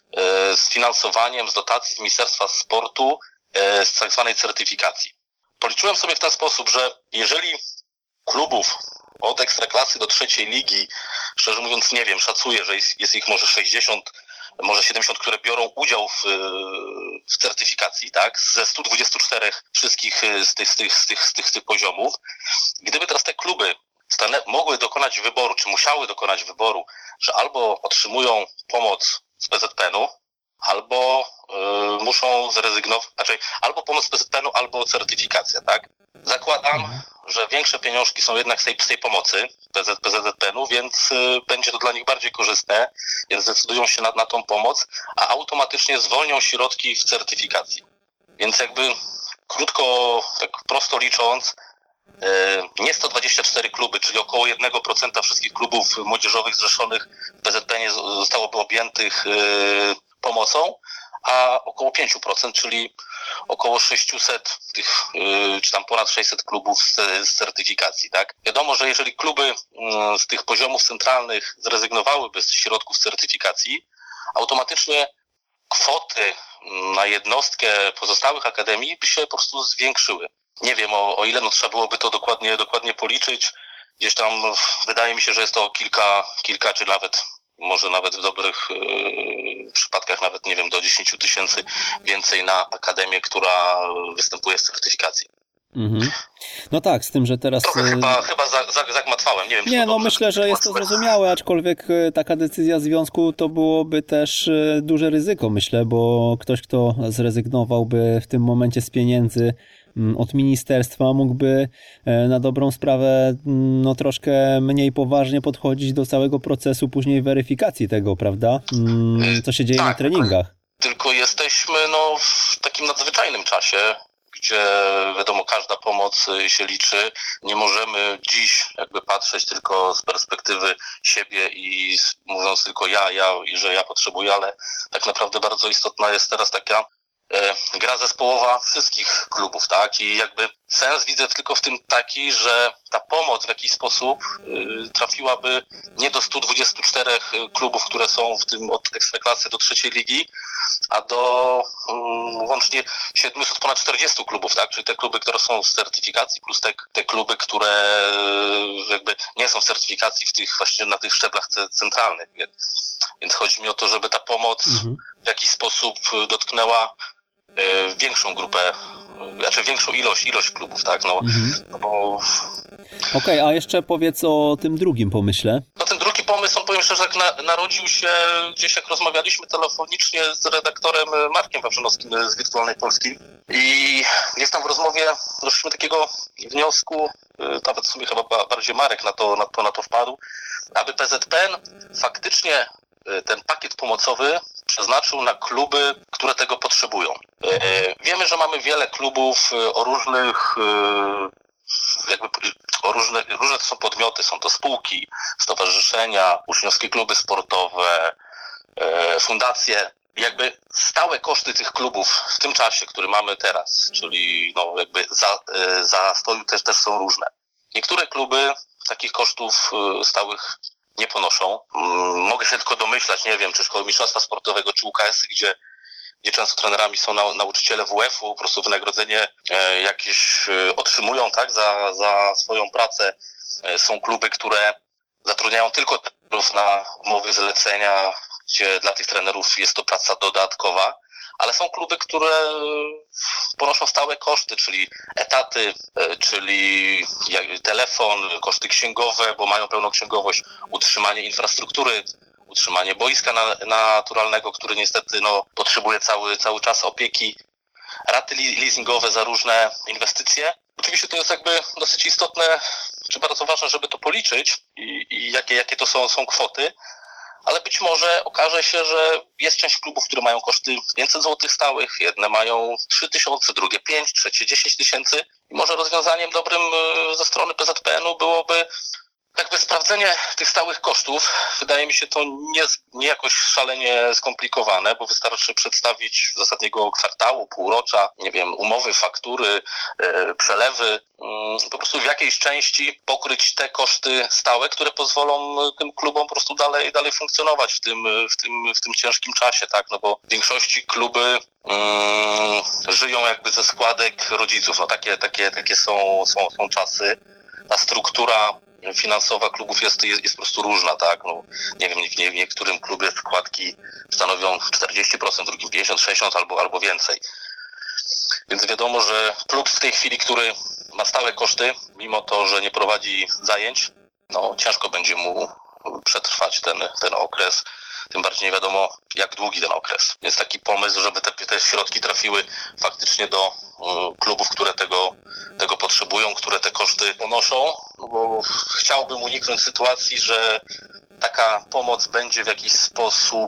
z finansowaniem, z dotacji z Ministerstwa Sportu, z tak zwanej certyfikacji. Policzyłem sobie w ten sposób, że jeżeli klubów od ekstraklasy do trzeciej ligi, szczerze mówiąc nie wiem, szacuję, że jest, jest ich może sześćdziesiąt, może siedemdziesiąt, które biorą udział w, w certyfikacji, tak? Ze stu dwudziestu czterech wszystkich z tych, z tych, z tych, z tych, z tych poziomów. Gdyby teraz te kluby stane, mogły dokonać wyboru, czy musiały dokonać wyboru, że albo otrzymują pomoc z P Z P N-u, albo y, muszą zrezygnować, znaczy albo pomoc z P Z P N-u, albo certyfikacja, tak? Zakładam, że większe pieniążki są jednak z tej, z tej pomocy P Z P N-u, więc y, będzie to dla nich bardziej korzystne, więc zdecydują się na, na tą pomoc, a automatycznie zwolnią środki w certyfikacji. Więc jakby krótko, tak prosto licząc, y, nie sto dwadzieścia cztery kluby, czyli około jeden procent wszystkich klubów młodzieżowych zrzeszonych w P Z P N-ie zostałoby objętych y, pomocą, a około pięć procent, czyli około sześćset tych, czy tam ponad sześćset klubów z, z certyfikacji, tak? Wiadomo, że jeżeli kluby z tych poziomów centralnych zrezygnowałyby z środków z certyfikacji, automatycznie kwoty na jednostkę pozostałych akademii by się po prostu zwiększyły. Nie wiem o, o ile, no trzeba byłoby to dokładnie, dokładnie policzyć. Gdzieś tam wydaje mi się, że jest to kilka, kilka czy nawet może nawet w dobrych yy, przypadkach nawet, nie wiem, do dziesięć tysięcy więcej na akademię, która występuje z certyfikacji. Mhm. No tak, z tym, że teraz... Trochę chyba, chyba zagmatwałem, nie wiem. Nie, no myślę, że jest to zrozumiałe, aczkolwiek taka decyzja związku to byłoby też duże ryzyko, myślę, bo ktoś, kto zrezygnowałby w tym momencie z pieniędzy od ministerstwa, mógłby na dobrą sprawę no troszkę mniej poważnie podchodzić do całego procesu później weryfikacji tego, prawda? Co się dzieje tak, na treningach. Tylko jesteśmy no, w takim nadzwyczajnym czasie, gdzie wiadomo, każda pomoc się liczy. Nie możemy dziś jakby patrzeć tylko z perspektywy siebie i mówiąc tylko ja, ja i że ja potrzebuję, ale tak naprawdę bardzo istotna jest teraz taka e, gra zespołowa wszystkich klubów, tak? I jakby sens widzę tylko w tym taki, że ta pomoc w jakiś sposób y, trafiłaby nie do stu dwudziestu czterech klubów, które są w tym od ekstraklasy do trzeciej ligi, a do um, łącznie siedmiuset ponad czterdziestu klubów, tak? Czyli te kluby, które są w certyfikacji, plus te, te kluby, które y, jakby nie są w certyfikacji w tych właśnie na tych szczeblach centralnych. Więc, więc chodzi mi o to, żeby ta pomoc mhm. w jakiś sposób dotknęła y, większą grupę, znaczy większą ilość, ilość klubów, tak? No, mhm. no bo... Okej, okay, a jeszcze powiedz o tym drugim pomyśle. No ten drugi pomysł, on powiem szczerze, jak na, narodził się gdzieś, jak rozmawialiśmy telefonicznie z redaktorem Markiem Wawrzynowskim z Wirtualnej Polski i gdzieś tam w rozmowie doszliśmy do takiego wniosku, nawet sobie chyba bardziej Marek na to, na to, na to wpadł, aby P Z P N faktycznie ten pakiet pomocowy przeznaczył na kluby, które tego potrzebują. Wiemy, że mamy wiele klubów o różnych jakby o różne, różne to są podmioty, są to spółki, stowarzyszenia, uczniowskie kluby sportowe, fundacje. Jakby stałe koszty tych klubów w tym czasie, który mamy teraz, czyli no jakby za, zastoju też, też są różne. Niektóre kluby takich kosztów stałych nie ponoszą. Mogę się tylko domyślać, nie wiem, czy Szkoły Mistrzostwa Sportowego, czy U K S-y, gdzie, gdzie często trenerami są na, nauczyciele W F u, po prostu wynagrodzenie e, jakieś e, otrzymują, tak, za, za swoją pracę. E, są kluby, które zatrudniają tylko trenerów na umowy zlecenia, gdzie dla tych trenerów jest to praca dodatkowa, ale są kluby, które ponoszą stałe koszty, czyli etaty, czyli telefon, koszty księgowe, bo mają pełną księgowość, utrzymanie infrastruktury, utrzymanie boiska naturalnego, który niestety no, potrzebuje cały, cały czas opieki, raty leasingowe za różne inwestycje. Oczywiście to jest jakby dosyć istotne, czy bardzo ważne, żeby to policzyć i, i jakie, jakie to są, są kwoty. Ale być może okaże się, że jest część klubów, które mają koszty pięćset złotych stałych, jedne mają trzy tysiące, drugie pięć, trzecie dziesięć tysięcy. I może rozwiązaniem dobrym ze strony P Z P N u byłoby jakby sprawdzenie tych stałych kosztów. Wydaje mi się to nie, nie jakoś szalenie skomplikowane, bo wystarczy przedstawić z ostatniego kwartału, półrocza, nie wiem, umowy, faktury, yy, przelewy, yy, po prostu w jakiejś części pokryć te koszty stałe, które pozwolą tym klubom po prostu dalej, dalej funkcjonować w tym, w tym, w tym ciężkim czasie, tak, no bo w większości kluby yy, żyją jakby ze składek rodziców, no takie, takie, takie są, są, są czasy. Ta struktura finansowa klubów jest, jest, jest po prostu różna, tak? No, nie wiem, nie, w niektórym klubie składki stanowią czterdzieści procent, drugim pięćdziesiąt, sześćdziesiąt albo, albo więcej. Więc wiadomo, że klub w tej chwili, który ma stałe koszty, mimo to, że nie prowadzi zajęć, no ciężko będzie mu przetrwać ten, ten okres. Tym bardziej nie wiadomo, jak długi ten okres. Więc taki pomysł, żeby te, te środki trafiły faktycznie do y, klubów, które tego, tego potrzebują, które te koszty ponoszą, no bo chciałbym uniknąć sytuacji, że taka pomoc będzie w jakiś sposób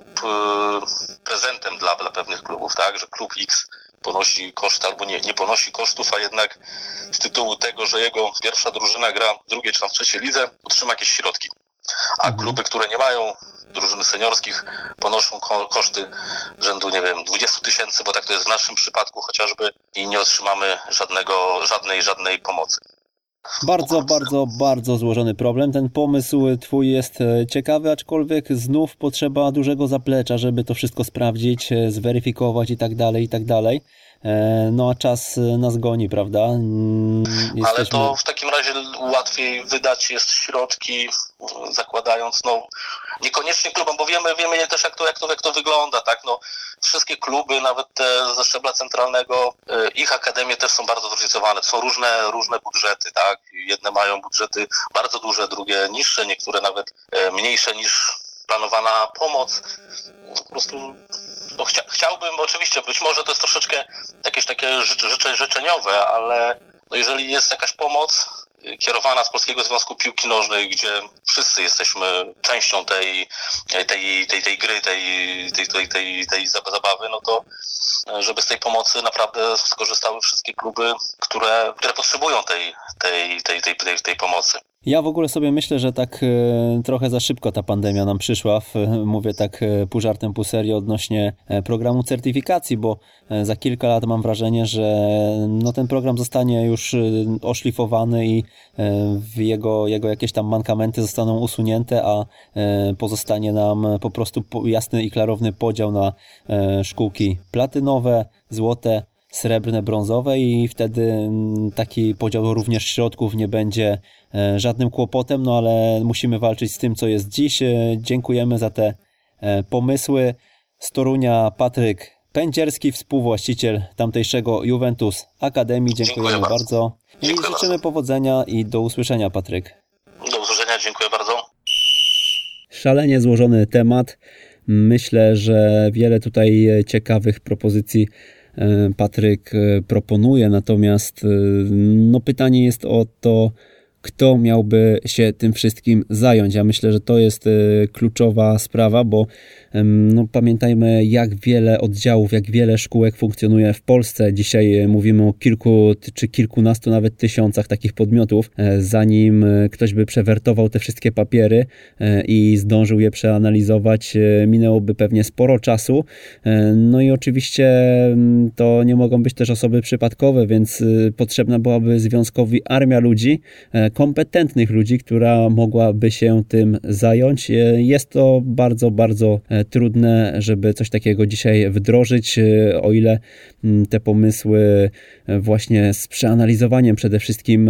y, prezentem dla, dla pewnych klubów, tak, że klub X ponosi koszty albo nie, nie ponosi kosztów, a jednak z tytułu tego, że jego pierwsza drużyna gra w drugiej czy w trzeciej lidze, otrzyma jakieś środki. A kluby, które nie mają drużyn seniorskich, ponoszą ko- koszty rzędu, nie wiem, dwadzieścia tysięcy, bo tak to jest w naszym przypadku chociażby i nie otrzymamy żadnego, żadnej, żadnej pomocy. Bardzo, bardzo, bardzo złożony problem. Ten pomysł twój jest ciekawy, aczkolwiek znów potrzeba dużego zaplecza, żeby to wszystko sprawdzić, zweryfikować i tak dalej, i tak dalej. No a czas nas goni, prawda? Jesteśmy... Ale to w takim razie łatwiej wydać jest środki, zakładając, no niekoniecznie klubom, bo wiemy, wiemy też jak to, jak to, jak to wygląda, tak, no wszystkie kluby, nawet te ze szczebla centralnego, ich akademie też są bardzo zróżnicowane, to są różne, różne budżety, tak, jedne mają budżety bardzo duże, drugie niższe, niektóre nawet mniejsze niż planowana pomoc. Po prostu no, chcia, chciałbym, oczywiście, być może to jest troszeczkę jakieś takie życze, życze, życzeniowe, ale no, jeżeli jest jakaś pomoc kierowana z Polskiego Związku Piłki Nożnej, gdzie wszyscy jesteśmy częścią tej, tej, tej, tej gry, tej, tej, tej, tej, tej zabawy, no to żeby z tej pomocy naprawdę skorzystały wszystkie kluby, które, które potrzebują tej, tej, tej, tej, tej, tej pomocy. Ja w ogóle sobie myślę, że tak trochę za szybko ta pandemia nam przyszła. Mówię tak pół żartem, pół serio odnośnie programu certyfikacji, bo za kilka lat mam wrażenie, że no ten program zostanie już oszlifowany i jego, jego jakieś tam mankamenty zostaną usunięte, a pozostanie nam po prostu jasny i klarowny podział na szkółki platynowe, złote, srebrne, brązowe i wtedy taki podział również środków nie będzie żadnym kłopotem, no ale musimy walczyć z tym, co jest dziś. Dziękujemy za te pomysły. Z Torunia Patryk Pędzierski, współwłaściciel tamtejszego Juventus Akademii. Dziękujemy Dziękuję bardzo. I Dziękuję życzymy bardzo. Powodzenia i do usłyszenia, Patryk. Do usłyszenia, dziękuję bardzo. Szalenie złożony temat. Myślę, że wiele tutaj ciekawych propozycji Patryk proponuje, natomiast no, pytanie jest o to, kto miałby się tym wszystkim zająć. Ja myślę, że to jest kluczowa sprawa, bo no, pamiętajmy, jak wiele oddziałów, jak wiele szkółek funkcjonuje w Polsce. Dzisiaj mówimy o kilku czy kilkunastu nawet tysiącach takich podmiotów. Zanim ktoś by przewertował te wszystkie papiery i zdążył je przeanalizować, minęłoby pewnie sporo czasu. No i oczywiście to nie mogą być też osoby przypadkowe, więc potrzebna byłaby związkowi armia ludzi, kompetentnych ludzi, która mogłaby się tym zająć. Jest to bardzo, bardzo trudne, żeby coś takiego dzisiaj wdrożyć, o ile te pomysły właśnie z przeanalizowaniem przede wszystkim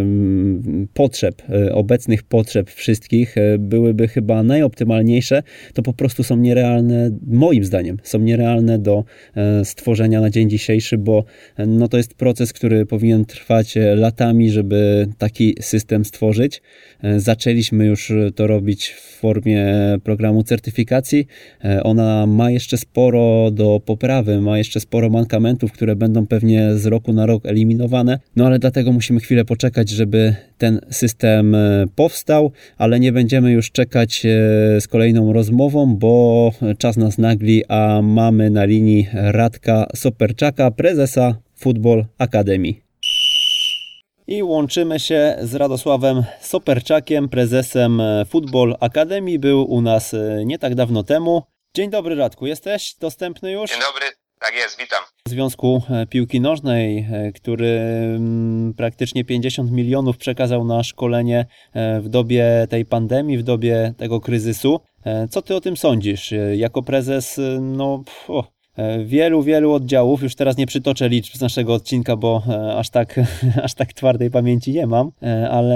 potrzeb, obecnych potrzeb wszystkich byłyby chyba najoptymalniejsze, to po prostu są nierealne, moim zdaniem, są nierealne do stworzenia na dzień dzisiejszy, bo no to jest proces, który powinien trwać latami, żeby taki system stworzyć. Zaczęliśmy już to robić w formie programu certyfikacji. Ona ma jeszcze sporo do poprawy, ma jeszcze sporo mankamentów, które będą pewnie z roku na rok eliminowane, no ale dlatego musimy chwilę poczekać, żeby ten system powstał, ale nie będziemy już czekać z kolejną rozmową, bo czas nas nagli, a mamy na linii Radka Soperczaka, prezesa Football Academy. I łączymy się z Radosławem Soperczakiem, prezesem Football Academy. Był u nas nie tak dawno temu. Dzień dobry, Radku, jesteś dostępny już? Dzień dobry, tak jest, witam. Związku Piłki Nożnej, który praktycznie pięćdziesiąt milionów przekazał na szkolenie w dobie tej pandemii, w dobie tego kryzysu. Co ty o tym sądzisz? Jako prezes, no... Oh. Wielu, wielu oddziałów, już teraz nie przytoczę liczb z naszego odcinka, bo aż tak, aż tak twardej pamięci nie mam, ale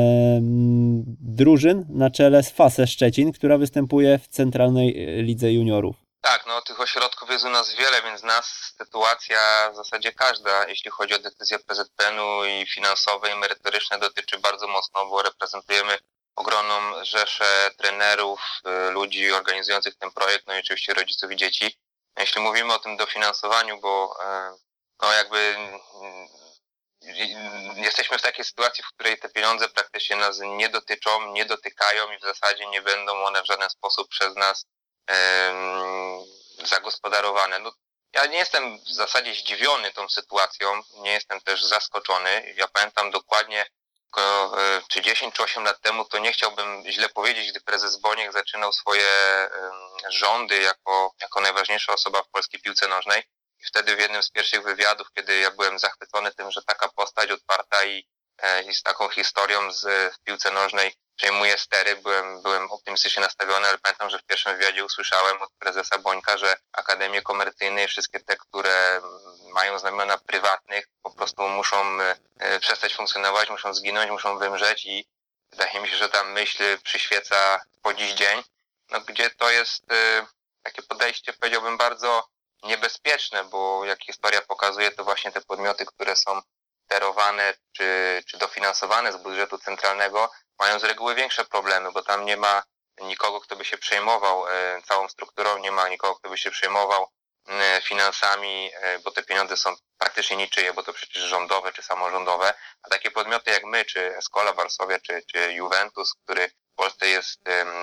drużyn na czele z F A S E Szczecin, która występuje w Centralnej Lidze Juniorów. Tak, no tych ośrodków jest u nas wiele, więc nas sytuacja w zasadzie każda, jeśli chodzi o decyzje P Z P N-u i finansowe i merytoryczne, dotyczy bardzo mocno, bo reprezentujemy ogromną rzeszę trenerów, ludzi organizujących ten projekt, no i oczywiście rodziców i dzieci. Jeśli mówimy o tym dofinansowaniu, bo no jakby jesteśmy w takiej sytuacji, w której te pieniądze praktycznie nas nie dotyczą, nie dotykają i w zasadzie nie będą one w żaden sposób przez nas um, zagospodarowane. No, ja nie jestem w zasadzie zdziwiony tą sytuacją, nie jestem też zaskoczony. Ja pamiętam dokładnie, czy dziesięć czy osiem lat temu, to nie chciałbym źle powiedzieć, gdy prezes Boniek zaczynał swoje rządy jako, jako najważniejsza osoba w polskiej piłce nożnej. I wtedy w jednym z pierwszych wywiadów, kiedy ja byłem zachwycony tym, że taka postać otwarta i, i z taką historią z, w piłce nożnej przejmuje stery, byłem, byłem optymistycznie nastawiony, ale pamiętam, że w pierwszym wywiadzie usłyszałem od prezesa Bońka, że akademie komercyjne i wszystkie te, które mają znamiona prywatnych, po prostu muszą przestać funkcjonować, muszą zginąć, muszą wymrzeć i wydaje mi się, że ta myśl przyświeca po dziś dzień. no, gdzie to jest takie podejście, powiedziałbym, bardzo niebezpieczne, bo jak historia pokazuje, to właśnie te podmioty, które są sterowane czy, czy dofinansowane z budżetu centralnego, mają z reguły większe problemy, bo tam nie ma nikogo, kto by się przejmował całą strukturą, nie ma nikogo, kto by się przejmował finansami, bo te pieniądze są praktycznie niczyje, bo to przecież rządowe czy samorządowe, a takie podmioty jak my, czy Escola Varsovia, czy, czy Juventus, który w Polsce jest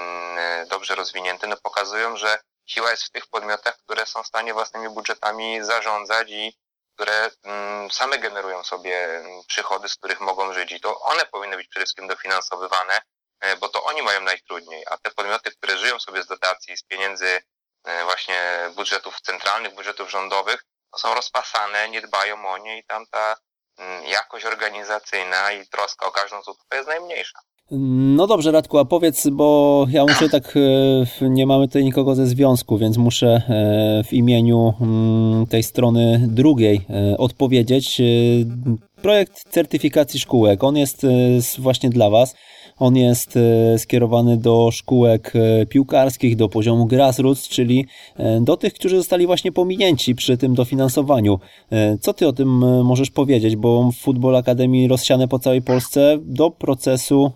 dobrze rozwinięty, no pokazują, że siła jest w tych podmiotach, które są w stanie własnymi budżetami zarządzać i które same generują sobie przychody, z których mogą żyć i to one powinny być przede wszystkim dofinansowywane, bo to oni mają najtrudniej, a te podmioty, które żyją sobie z dotacji, z pieniędzy właśnie budżetów centralnych, budżetów rządowych, to są rozpasane, nie dbają o nie i tam ta jakość organizacyjna i troska o każdą złotówkę jest najmniejsza. No dobrze, Radku, a powiedz, bo ja muszę tak, nie mamy tutaj nikogo ze związku, więc muszę w imieniu tej strony drugiej odpowiedzieć. Projekt certyfikacji szkółek, on jest właśnie dla Was. On jest skierowany do szkółek piłkarskich, do poziomu grassroots, czyli do tych, którzy zostali właśnie pominięci przy tym dofinansowaniu. Co Ty o tym możesz powiedzieć? Bo Football Academy rozsiane po całej Polsce do procesu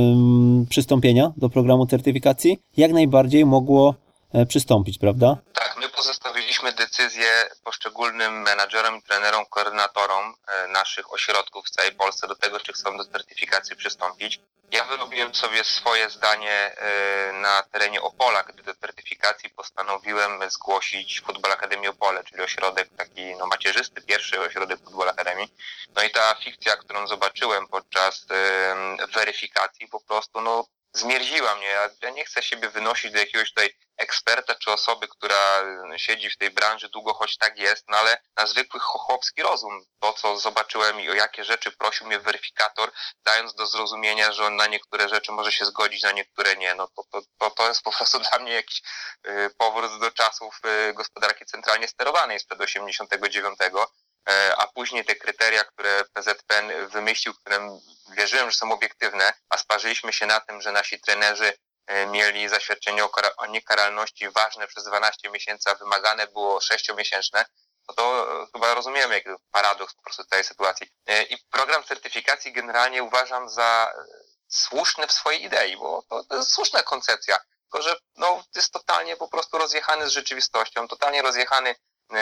um, przystąpienia do programu certyfikacji jak najbardziej mogło przystąpić, prawda? Tak, my pozostawiliśmy decyzję poszczególnym menadżerom i trenerom, koordynatorom naszych ośrodków w całej Polsce do tego, czy chcą do certyfikacji przystąpić. Ja wyrobiłem sobie swoje zdanie na terenie Opola, gdy do certyfikacji postanowiłem zgłosić Football Academy Opole, czyli ośrodek taki no, macierzysty, pierwszy ośrodek Football Academy. No i ta fikcja, którą zobaczyłem podczas weryfikacji, po prostu no, zmierziła mnie. Ja, ja nie chcę siebie wynosić do jakiegoś tutaj eksperta czy osoby, która siedzi w tej branży długo, choć tak jest, no ale na zwykły chłopski rozum, to co zobaczyłem i o jakie rzeczy prosił mnie weryfikator, dając do zrozumienia, że on na niektóre rzeczy może się zgodzić, na niektóre nie, no to, to, to, to jest po prostu dla mnie jakiś y, powrót do czasów y, gospodarki centralnie sterowanej sprzed osiemdziesiątego dziewiątego, y, a później te kryteria, które P Z P N wymyślił, którym wierzyłem, że są obiektywne, a sparzyliśmy się na tym, że nasi trenerzy mieli zaświadczenie o niekaralności ważne przez dwanaście miesięcy, a wymagane było sześciomiesięczne, no to chyba rozumiemy jaki paradoks po prostu tej sytuacji. I program certyfikacji generalnie uważam za słuszny w swojej idei, bo to, to jest słuszna koncepcja, tylko że no, jest totalnie po prostu rozjechany z rzeczywistością, totalnie rozjechany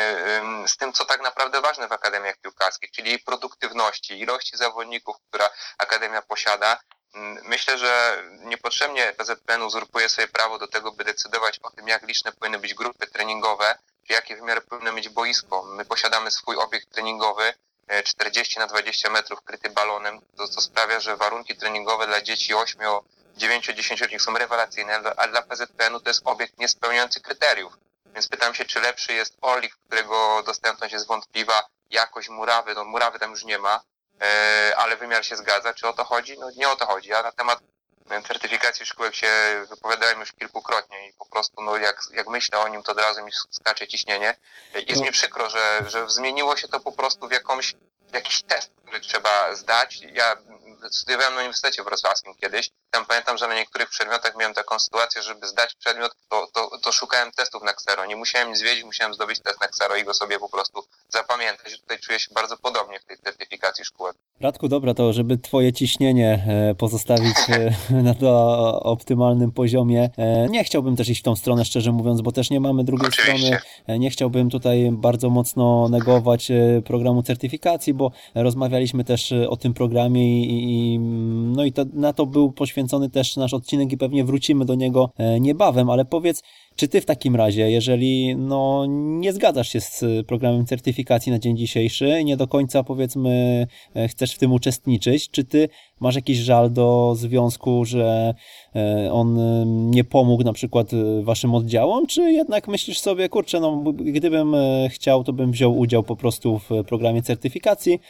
z tym, co tak naprawdę ważne w akademiach piłkarskich, czyli produktywności, ilości zawodników, która akademia posiada. Myślę, że niepotrzebnie P Z P N uzurpuje sobie prawo do tego, by decydować o tym, jak liczne powinny być grupy treningowe, czy jakie wymiary powinno mieć boisko. My posiadamy swój obiekt treningowy, czterdzieści na dwadzieścia metrów kryty balonem, to co sprawia, że warunki treningowe dla dzieci osiem, dziewięć, dziesięcioletnich są rewelacyjne, a dla P Z P N u to jest obiekt niespełniający kryteriów. Więc pytam się, czy lepszy jest Orlik, którego dostępność jest wątpliwa, jakość murawy, no murawy tam już nie ma, ale wymiar się zgadza. Czy o to chodzi? No nie o to chodzi. Ja na temat certyfikacji szkółek się wypowiadałem już kilkukrotnie i po prostu no jak, jak myślę o nim, to od razu mi skacze ciśnienie. Jest mi przykro, że, że zmieniło się to po prostu w jakąś, jakiś test, który trzeba zdać. Ja studiowałem na Uniwersytecie Wrocławskim kiedyś. Tam pamiętam, że na niektórych przedmiotach miałem taką sytuację, żeby zdać przedmiot, to, to, to szukałem testów na ksero. Nie musiałem nic wiedzieć, musiałem zdobyć test na ksero i go sobie po prostu zapamiętać. Tutaj czuję się bardzo podobnie w tej certyfikacji szkółek. Radku, dobra, to żeby Twoje ciśnienie pozostawić na to optymalnym poziomie, nie chciałbym też iść w tą stronę, szczerze mówiąc, bo też nie mamy drugiej Oczywiście. strony. Nie chciałbym tutaj bardzo mocno negować programu certyfikacji, bo rozmawialiśmy też o tym programie i, i no i to, na to był poświęcony też nasz odcinek i pewnie wrócimy do niego niebawem, ale powiedz, czy Ty w takim razie, jeżeli no, nie zgadzasz się z programem certyfikacji na dzień dzisiejszy, nie do końca powiedzmy chcesz w tym uczestniczyć, czy Ty masz jakiś żal do związku, że on nie pomógł na przykład Waszym oddziałom, czy jednak myślisz sobie, kurczę, no gdybym chciał, to bym wziął udział po prostu w programie certyfikacji,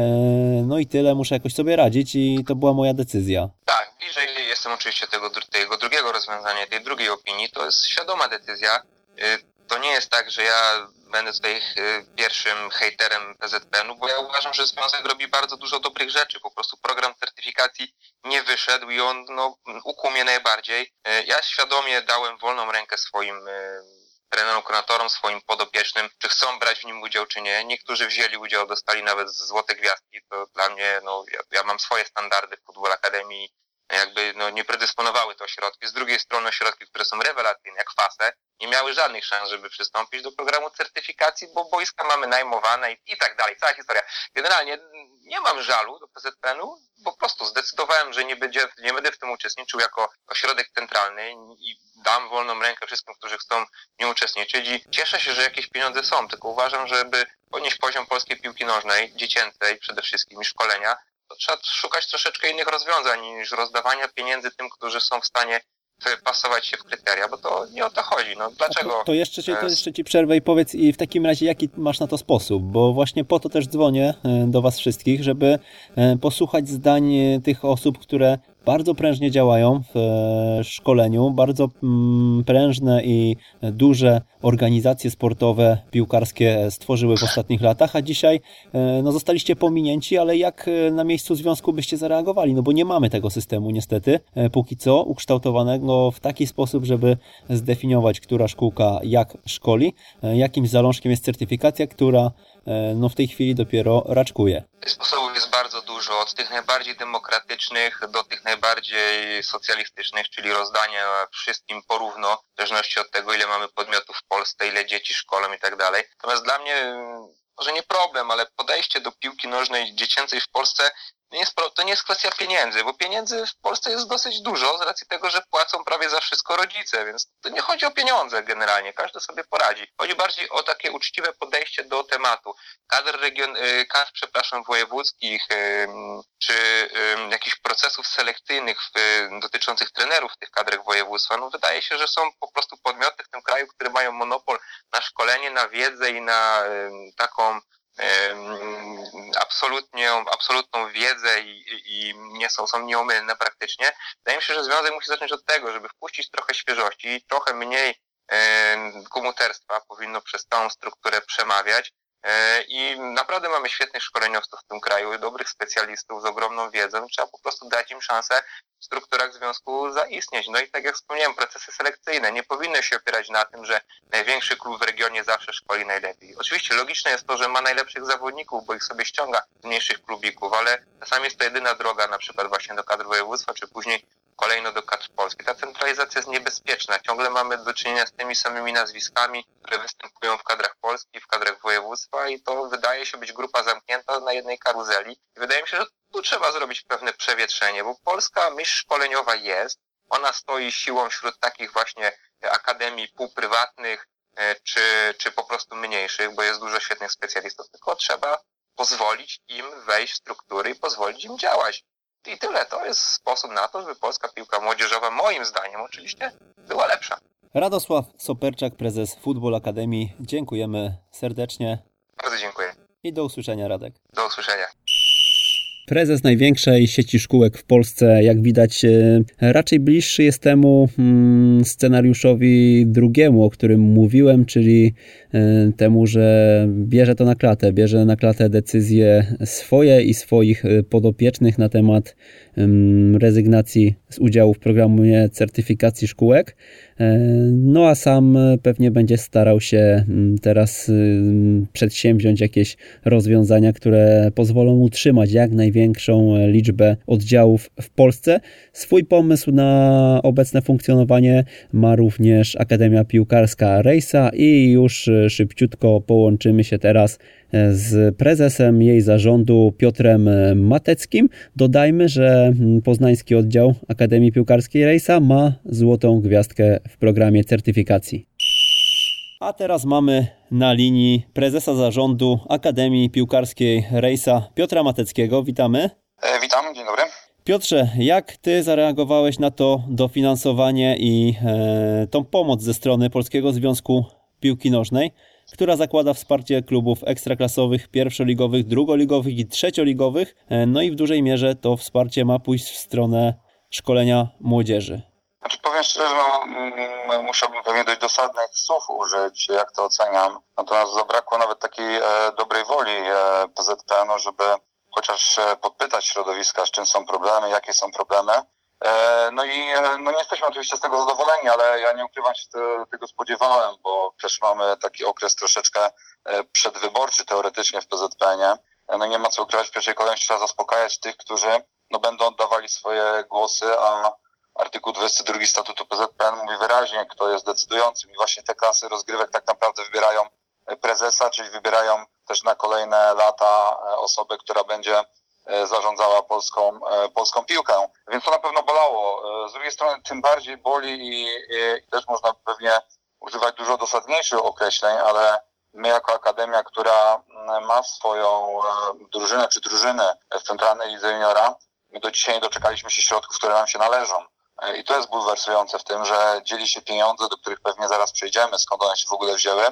no i tyle, muszę jakoś sobie radzić i to była moja decyzja. Tak, bliżej jestem oczywiście tego, tego drugiego rozwiązania, tej drugiej opinii, to jest świadoma decyzja. To nie jest tak, że ja będę tutaj y, pierwszym hejterem P Z P N u, bo ja uważam, że związek robi bardzo dużo dobrych rzeczy. Po prostu program certyfikacji nie wyszedł i on no, ukuł mnie najbardziej. Y, ja świadomie dałem wolną rękę swoim y, trenerom, koordynatorom, swoim podopiecznym, czy chcą brać w nim udział, czy nie. Niektórzy wzięli udział, dostali nawet złote gwiazdki. To dla mnie, no ja, ja mam swoje standardy w Football Akademii, jakby no, nie predysponowały te ośrodki. Z drugiej strony ośrodki, które są rewelacyjne, jak FASE, nie miały żadnych szans, żeby przystąpić do programu certyfikacji, bo boiska mamy najmowane i, i tak dalej. Cała historia. Generalnie nie mam żalu do P Z P N u, po prostu zdecydowałem, że nie, będzie, nie będę w tym uczestniczył jako ośrodek centralny i dam wolną rękę wszystkim, którzy chcą nie uczestniczyć i cieszę się, że jakieś pieniądze są, tylko uważam, żeby podnieść poziom polskiej piłki nożnej, dziecięcej przede wszystkim i szkolenia, to trzeba szukać troszeczkę innych rozwiązań niż rozdawania pieniędzy tym, którzy są w stanie pasować się w kryteria, bo to nie o to chodzi. No dlaczego? To, to, jeszcze, ci, to jeszcze ci przerwę i powiedz i w takim razie jaki masz na to sposób, bo właśnie po to też dzwonię do was wszystkich, żeby posłuchać zdań tych osób, które bardzo prężnie działają w szkoleniu, bardzo prężne i duże organizacje sportowe, piłkarskie stworzyły w ostatnich latach, a dzisiaj no, zostaliście pominięci, ale jak na miejscu związku byście zareagowali? No bo nie mamy tego systemu niestety, póki co, ukształtowanego w taki sposób, żeby zdefiniować, która szkółka jak szkoli, jakim zalążkiem jest certyfikacja, która no w tej chwili dopiero raczkuje. Sposobów jest bardzo dużo, od tych najbardziej demokratycznych do tych najbardziej socjalistycznych, czyli rozdania wszystkim porówno, w zależności od tego, ile mamy podmiotów w Polsce, ile dzieci szkolą i tak dalej. Natomiast dla mnie, może nie problem, ale podejście do piłki nożnej dziecięcej w Polsce nie jest, to nie jest kwestia pieniędzy, bo pieniędzy w Polsce jest dosyć dużo z racji tego, że płacą prawie za wszystko rodzice, więc to nie chodzi o pieniądze generalnie, każdy sobie poradzi. Chodzi bardziej o takie uczciwe podejście do tematu. Kadr region, kadr, przepraszam, wojewódzkich, czy jakichś procesów selekcyjnych dotyczących trenerów w tych kadrach województwa, no wydaje się, że są po prostu podmioty w tym kraju, które mają monopol na szkolenie, na wiedzę i na taką absolutnie, absolutną wiedzę i, i nie są, są nieomylne praktycznie. Wydaje mi się, że związek musi zacząć od tego, żeby wpuścić trochę świeżości, trochę mniej e, komuterstwa powinno przez całą strukturę przemawiać e, i naprawdę mamy świetnych szkoleniowców w tym kraju, dobrych specjalistów z ogromną wiedzą. Trzeba po prostu dać im szansę w strukturach związku zaistnieć. No i tak jak wspomniałem, procesy selekcyjne nie powinny się opierać na tym, że największy klub w regionie zawsze szkoli najlepiej. Oczywiście logiczne jest to, że ma najlepszych zawodników, bo ich sobie ściąga z mniejszych klubików, ale czasami jest to jedyna droga, na przykład właśnie do kadr województwa, czy później kolejno do kadr polskich. Ta centralizacja jest niebezpieczna. Ciągle mamy do czynienia z tymi samymi nazwiskami, które występują w kadrach polskich, w kadrach województwa i to wydaje się być grupa zamknięta na jednej karuzeli. I wydaje mi się, że tu trzeba zrobić pewne przewietrzenie, bo Polska myśl szkoleniowa jest. Ona stoi siłą wśród takich właśnie akademii półprywatnych czy, czy po prostu mniejszych, bo jest dużo świetnych specjalistów, tylko trzeba pozwolić im wejść w struktury i pozwolić im działać. I tyle. To jest sposób na to, żeby polska piłka młodzieżowa, moim zdaniem oczywiście, była lepsza. Radosław Soperczak, prezes Football Akademii. Dziękujemy serdecznie. Bardzo dziękuję. I do usłyszenia, Radek. Do usłyszenia. Prezes największej sieci szkółek w Polsce, jak widać, raczej bliższy jest temu scenariuszowi drugiemu, o którym mówiłem, czyli temu, że bierze to na klatę, bierze na klatę decyzje swoje i swoich podopiecznych na temat rezygnacji z udziału w programie certyfikacji szkółek. No a sam pewnie będzie starał się teraz przedsięwziąć jakieś rozwiązania, które pozwolą utrzymać jak największą liczbę oddziałów w Polsce. Swój pomysł na obecne funkcjonowanie ma również Akademia Piłkarska Rejsa i już szybciutko połączymy się teraz z prezesem jej zarządu Piotrem Mateckim. Dodajmy, że poznański oddział Akademii Piłkarskiej Rejsa ma złotą gwiazdkę w programie certyfikacji. A teraz mamy na linii prezesa zarządu Akademii Piłkarskiej Rejsa Piotra Mateckiego. Witamy. E, witam, dzień dobry. Piotrze, jak Ty zareagowałeś na to dofinansowanie i e, tą pomoc ze strony Polskiego Związku Piłki Nożnej, która zakłada wsparcie klubów ekstraklasowych, pierwszoligowych, drugoligowych i trzecioligowych, no i w dużej mierze to wsparcie ma pójść w stronę szkolenia młodzieży? Znaczy powiem powiem szczerze, no, m, musiałbym pewnie dość dosadnych słów użyć, jak to oceniam. Natomiast zabrakło nawet takiej e, dobrej woli e, P Z P N-u, żeby chociaż e, podpytać środowiska, z czym są problemy, jakie są problemy. E, no i e, no nie jesteśmy oczywiście z tego zadowoleni, ale ja nie ukrywam się, te, tego spodziewałem, bo też mamy taki okres troszeczkę e, przedwyborczy teoretycznie w P Z P N-ie. E, no nie ma co ukrywać, w pierwszej kolejności trzeba zaspokajać tych, którzy no, będą oddawali swoje głosy, a artykuł dwudziesty drugi statutu P Z P N mówi wyraźnie, kto jest decydującym i właśnie te klasy rozgrywek tak naprawdę wybierają prezesa, czyli wybierają też na kolejne lata osobę, która będzie zarządzała polską, polską piłkę. Więc to na pewno bolało. Z drugiej strony tym bardziej boli i, i też można pewnie używać dużo dosadniejszych określeń, ale my jako akademia, która ma swoją drużynę czy drużyny w Centralnej Lidze Juniora, my do dzisiaj nie doczekaliśmy się środków, które nam się należą. I to jest bulwersujące w tym, że dzieli się pieniądze, do których pewnie zaraz przejdziemy, skąd one się w ogóle wzięły,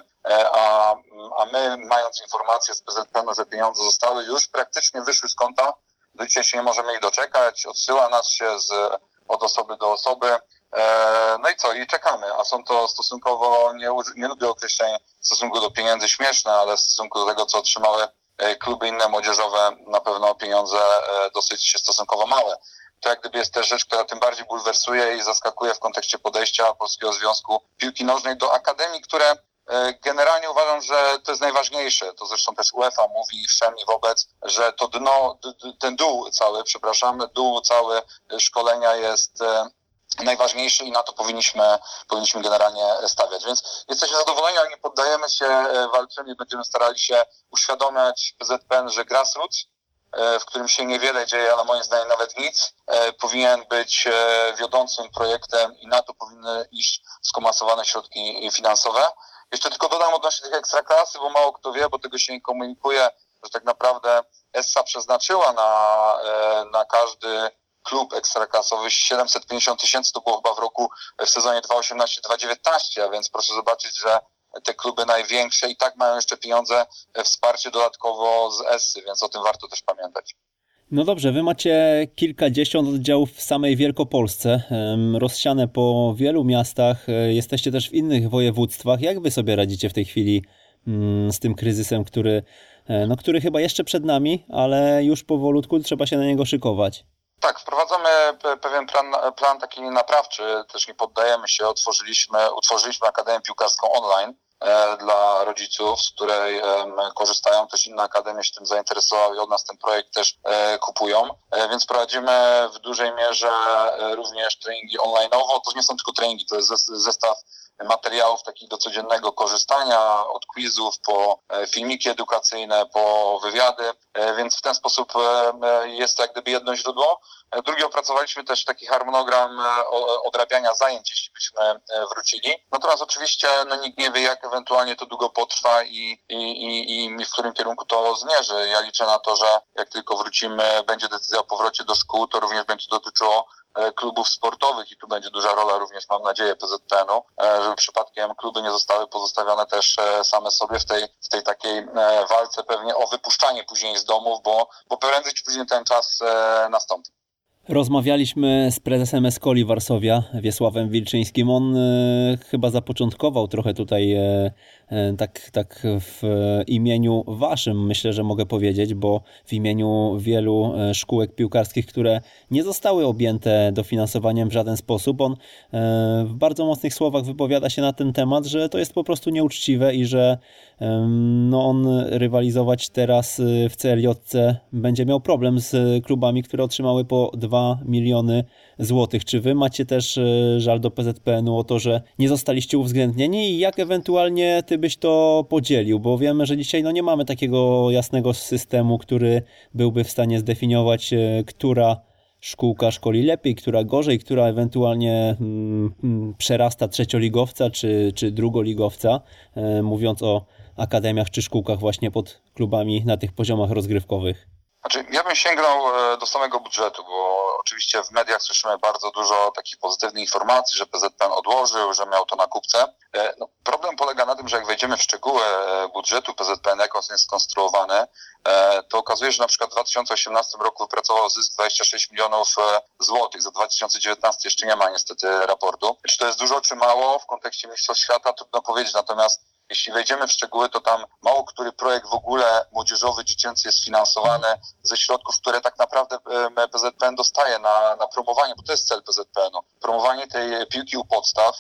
a, a my, mając informację z P Z P N-u, że pieniądze zostały już praktycznie wyszły z konta, do dzisiaj się nie możemy ich doczekać, odsyła nas się z, od osoby do osoby. No i co? I czekamy, a są to stosunkowo, nie, nie lubię określeń w stosunku do pieniędzy śmieszne, ale w stosunku do tego, co otrzymały kluby inne młodzieżowe, na pewno pieniądze dosyć stosunkowo małe. To jak gdyby jest też rzecz, która tym bardziej bulwersuje i zaskakuje w kontekście podejścia Polskiego Związku Piłki Nożnej do akademii, które generalnie uważam, że to jest najważniejsze. To zresztą też UEFA mówi wszem i wobec, że to dno, ten dół cały, przepraszam, dół cały szkolenia jest najważniejszy i na to powinniśmy, powinniśmy generalnie stawiać. Więc jesteśmy zadowoleni, ale nie poddajemy się, walczymy i będziemy starali się uświadamiać P Z P N, że grassroots, w którym się niewiele dzieje, ale moim zdaniem nawet nic, powinien być wiodącym projektem i na to powinny iść skomasowane środki finansowe. Jeszcze tylko dodam odnośnie tych ekstraklasy, bo mało kto wie, bo tego się nie komunikuje, że tak naprawdę Essa przeznaczyła na, na każdy klub ekstraklasowy siedemset pięćdziesiąt tysięcy, to było chyba w roku, w sezonie dwa tysiące osiemnastym dwa tysiące dziewiętnastym, a więc proszę zobaczyć, że te kluby największe i tak mają jeszcze pieniądze, wsparcie dodatkowo z Essy, więc o tym warto też pamiętać. No dobrze, wy macie kilkadziesiąt oddziałów w samej Wielkopolsce, rozsiane po wielu miastach, jesteście też w innych województwach. Jak wy sobie radzicie w tej chwili z tym kryzysem, który, no, który chyba jeszcze przed nami, ale już powolutku trzeba się na niego szykować? Tak, wprowadzamy pewien plan, plan taki naprawczy, też nie poddajemy się, otworzyliśmy, utworzyliśmy Akademię Piłkarską online e, dla rodziców, z której e, korzystają, też inne akademie się tym zainteresowały i od nas ten projekt też e, kupują, e, więc prowadzimy w dużej mierze e, również treningi online'owo, to nie są tylko treningi, to jest zestaw materiałów takich do codziennego korzystania, od quizów po filmiki edukacyjne, po wywiady, więc w ten sposób jest to jak gdyby jedno źródło. Drugie, opracowaliśmy też taki harmonogram odrabiania zajęć, jeśli byśmy wrócili. Natomiast oczywiście no, nikt nie wie, jak ewentualnie to długo potrwa i, i, i, i w którym kierunku to zmierzy. Ja liczę na to, że jak tylko wrócimy, będzie decyzja o powrocie do szkół, to również będzie dotyczyło klubów sportowych i tu będzie duża rola również, mam nadzieję, P Z P N-u, żeby przypadkiem kluby nie zostały pozostawione też same sobie w tej, w tej takiej walce pewnie o wypuszczanie później z domów, bo, bo prędzej czy później ten czas nastąpi. Rozmawialiśmy z prezesem Eskoli Warszawia, Wiesławem Wilczyńskim. On e, chyba zapoczątkował trochę tutaj e, e, tak, tak w imieniu waszym, myślę, że mogę powiedzieć, bo w imieniu wielu szkółek piłkarskich, które nie zostały objęte dofinansowaniem w żaden sposób, on e, w bardzo mocnych słowach wypowiada się na ten temat, że to jest po prostu nieuczciwe i że e, no on rywalizować teraz w C L J C będzie miał problem z klubami, które otrzymały po dwa miliony złotych. Czy wy macie też żal do P Z P N-u o to, że nie zostaliście uwzględnieni i jak ewentualnie ty byś to podzielił? Bo wiemy, że dzisiaj no nie mamy takiego jasnego systemu, który byłby w stanie zdefiniować, która szkółka szkoli lepiej, która gorzej, która ewentualnie mm, przerasta trzecioligowca czy, czy drugoligowca, e, mówiąc o akademiach czy szkółkach właśnie pod klubami na tych poziomach rozgrywkowych. Znaczy, ja bym sięgnął do samego budżetu, bo oczywiście w mediach słyszymy bardzo dużo takich pozytywnych informacji, że P Z P N odłożył, że miał to na kupce. No, problem polega na tym, że jak wejdziemy w szczegóły budżetu P Z P N, jak on jest skonstruowany, to okazuje się, że na przykład w dwa tysiące osiemnastym roku wypracował zysk dwadzieścia sześć milionów złotych. Za dwa tysiące dziewiętnasty jeszcze nie ma niestety raportu. Czy to jest dużo, czy mało w kontekście Mistrzostw Świata, trudno powiedzieć. Natomiast jeśli wejdziemy w szczegóły, to tam mało który projekt w ogóle młodzieżowy, dziecięcy jest finansowany ze środków, które tak naprawdę P Z P N dostaje na, na promowanie, bo to jest cel P Z P N-u. Promowanie tej piłki u podstaw,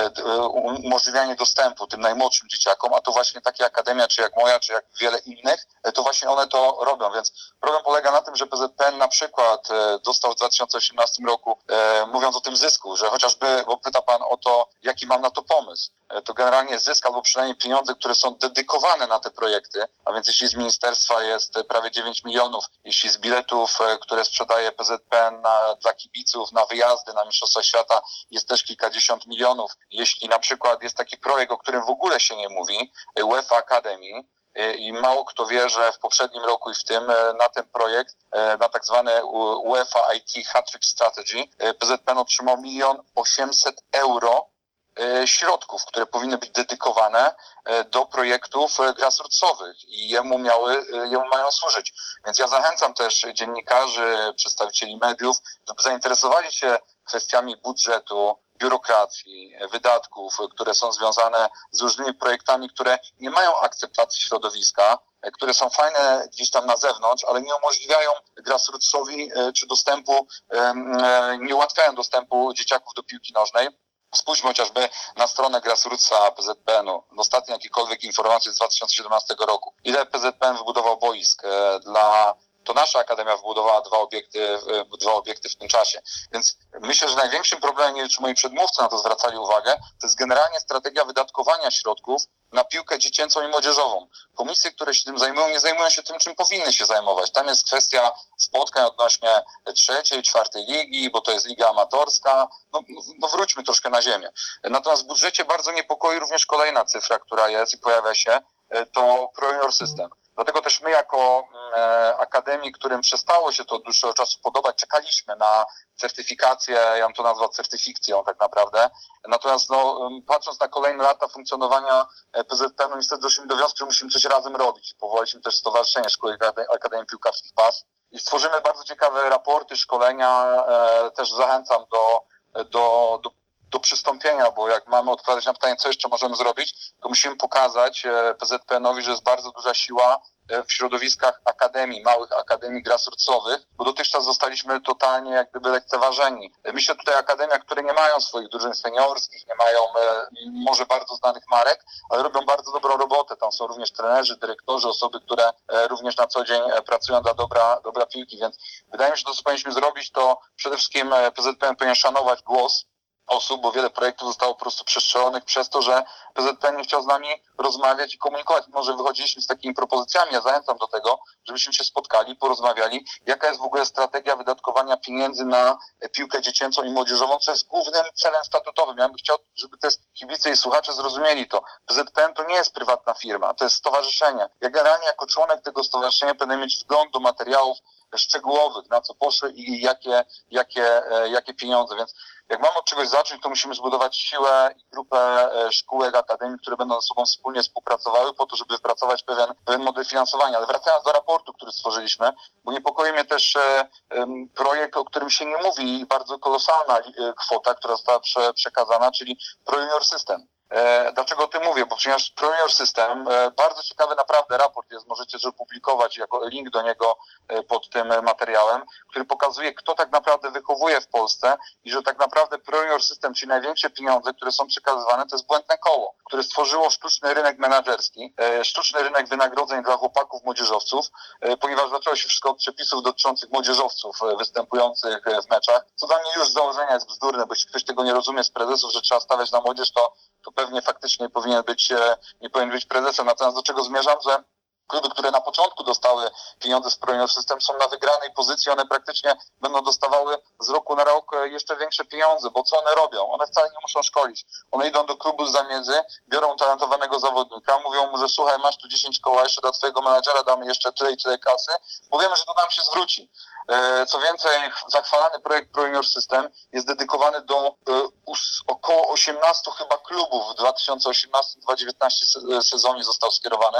umożliwianie dostępu tym najmłodszym dzieciakom, a to właśnie takie akademia, czy jak moja, czy jak wiele innych, to właśnie one to robią, więc problem polega na tym, że P Z P N na przykład dostał w dwa tysiące osiemnastym roku, mówiąc o tym zysku, że chociażby, bo pyta Pan o to, jaki mam na to pomysł, to generalnie zysk albo przynajmniej pieniądze, które są dedykowane na te projekty, a więc jeśli z ministerstwa jest prawie dziewięć milionów, jeśli z biletów, które sprzedaje P Z P N na, dla kibiców na wyjazdy na Mistrzostwa Świata jest też kilkadziesiąt milionów, jeśli na przykład jest taki projekt, o którym w ogóle się nie mówi, UEFA Academy, i mało kto wie, że w poprzednim roku i w tym na ten projekt, na tak zwane UEFA I T Hat-Trick Strategy, P Z P N otrzymał milion osiemset euro środków, które powinny być dedykowane do projektów grassrootsowych i jemu miały, jemu mają służyć. Więc ja zachęcam też dziennikarzy, przedstawicieli mediów, żeby zainteresowali się kwestiami budżetu, biurokracji, wydatków, które są związane z różnymi projektami, które nie mają akceptacji środowiska, które są fajne gdzieś tam na zewnątrz, ale nie umożliwiają grassrootsowi czy dostępu, nie ułatwiają dostępu dzieciaków do piłki nożnej. Spójrzmy chociażby na stronę Grassrootsa P Z P N-u. Ostatnie jakiekolwiek informacje z dwa tysiące siedemnastego roku. Ile P Z P N wybudował boisk dla... To nasza akademia wybudowała dwa obiekty, dwa obiekty w tym czasie. Więc myślę, że największym problemem, nie wiem, czy moi przedmówcy na to zwracali uwagę, to jest generalnie strategia wydatkowania środków na piłkę dziecięcą i młodzieżową. Komisje, które się tym zajmują, nie zajmują się tym, czym powinny się zajmować. Tam jest kwestia spotkań odnośnie trzeciej, czwartej ligi, bo to jest liga amatorska. No, no wróćmy troszkę na ziemię. Natomiast w budżecie bardzo niepokoi również kolejna cyfra, która jest i pojawia się, to Pro Junior System. Dlatego też my jako e, akademii, którym przestało się to od dłuższego czasu podobać, czekaliśmy na certyfikację, ja bym to nazwał certyfikcją tak naprawdę. Natomiast no, patrząc na kolejne lata funkcjonowania P Z P N-u, niestety doszliśmy do wniosku, że musimy coś razem robić. Powołaliśmy też Stowarzyszenie Szkoły Akademii Piłkarskich P A S i stworzymy bardzo ciekawe raporty, szkolenia. E, też zachęcam do, do, do do przystąpienia, bo jak mamy odpowiadać na pytanie, co jeszcze możemy zrobić, to musimy pokazać P Z P N-owi, że jest bardzo duża siła w środowiskach akademii, małych akademii grassrootsowych, bo dotychczas zostaliśmy totalnie jak gdyby lekceważeni. Myślę tutaj o akademiach, które nie mają swoich drużyn seniorskich, nie mają może bardzo znanych marek, ale robią bardzo dobrą robotę. Tam są również trenerzy, dyrektorzy, osoby, które również na co dzień pracują dla dobra, dobra piłki, więc wydaje mi się, że to, co powinniśmy zrobić, to przede wszystkim P Z P N powinien szanować głos osób, bo wiele projektów zostało po prostu przestrzelonych przez to, że P Z P N nie chciał z nami rozmawiać i komunikować. Może wychodziliśmy z takimi propozycjami, ja zachęcam do tego, żebyśmy się spotkali, porozmawiali, jaka jest w ogóle strategia wydatkowania pieniędzy na piłkę dziecięcą i młodzieżową, co jest głównym celem statutowym. Ja bym chciał, żeby te kibice i słuchacze zrozumieli to. P Z P N to nie jest prywatna firma, to jest stowarzyszenie. Ja generalnie jako członek tego stowarzyszenia będę mieć wgląd do materiałów szczegółowych, na co poszły i jakie, jakie, jakie pieniądze, więc jak mamy od czegoś zacząć, to musimy zbudować siłę i grupę szkółek, akademii, które będą ze sobą wspólnie współpracowały po to, żeby wypracować pewien, pewien model finansowania. Ale wracając do raportu, który stworzyliśmy, bo niepokoi mnie też um, projekt, o którym się nie mówi, bardzo kolosalna kwota, która została prze, przekazana, czyli Pro Junior System. E, dlaczego o tym mówię? Bo ponieważ Pro Junior System, e, bardzo ciekawy naprawdę raport jest, możecie też opublikować jako link do niego e, pod tym materiałem, który pokazuje, kto tak naprawdę wychowuje w Polsce i że tak naprawdę Pro Junior System, czyli największe pieniądze, które są przekazywane, to jest błędne koło, które stworzyło sztuczny rynek menadżerski, e, sztuczny rynek wynagrodzeń dla chłopaków, młodzieżowców, e, ponieważ zaczęło się wszystko od przepisów dotyczących młodzieżowców e, występujących w meczach, co dla mnie już z założenia jest bzdurne, bo jeśli ktoś tego nie rozumie z prezesów, że trzeba stawiać na młodzież, to to pewnie faktycznie powinien być, nie powinien być prezesem. Natomiast do czego zmierzam, że kluby, które na początku dostały pieniądze z Pro System, są na wygranej pozycji, one praktycznie będą dostawały z roku na rok jeszcze większe pieniądze, bo co one robią? One wcale nie muszą szkolić. One idą do klubu z zamiedzy, biorą talentowanego zawodnika, mówią mu, że słuchaj, masz tu dziesięć koła, jeszcze dla twojego menadżera damy jeszcze tyle i tyle kasy, bo wiemy, że to nam się zwróci. Co więcej, zachwalany projekt Pro Junior System jest dedykowany do około osiemnastu chyba klubów w dwa tysiące osiemnastym dwa tysiące dziewiętnastym sezonie został skierowany.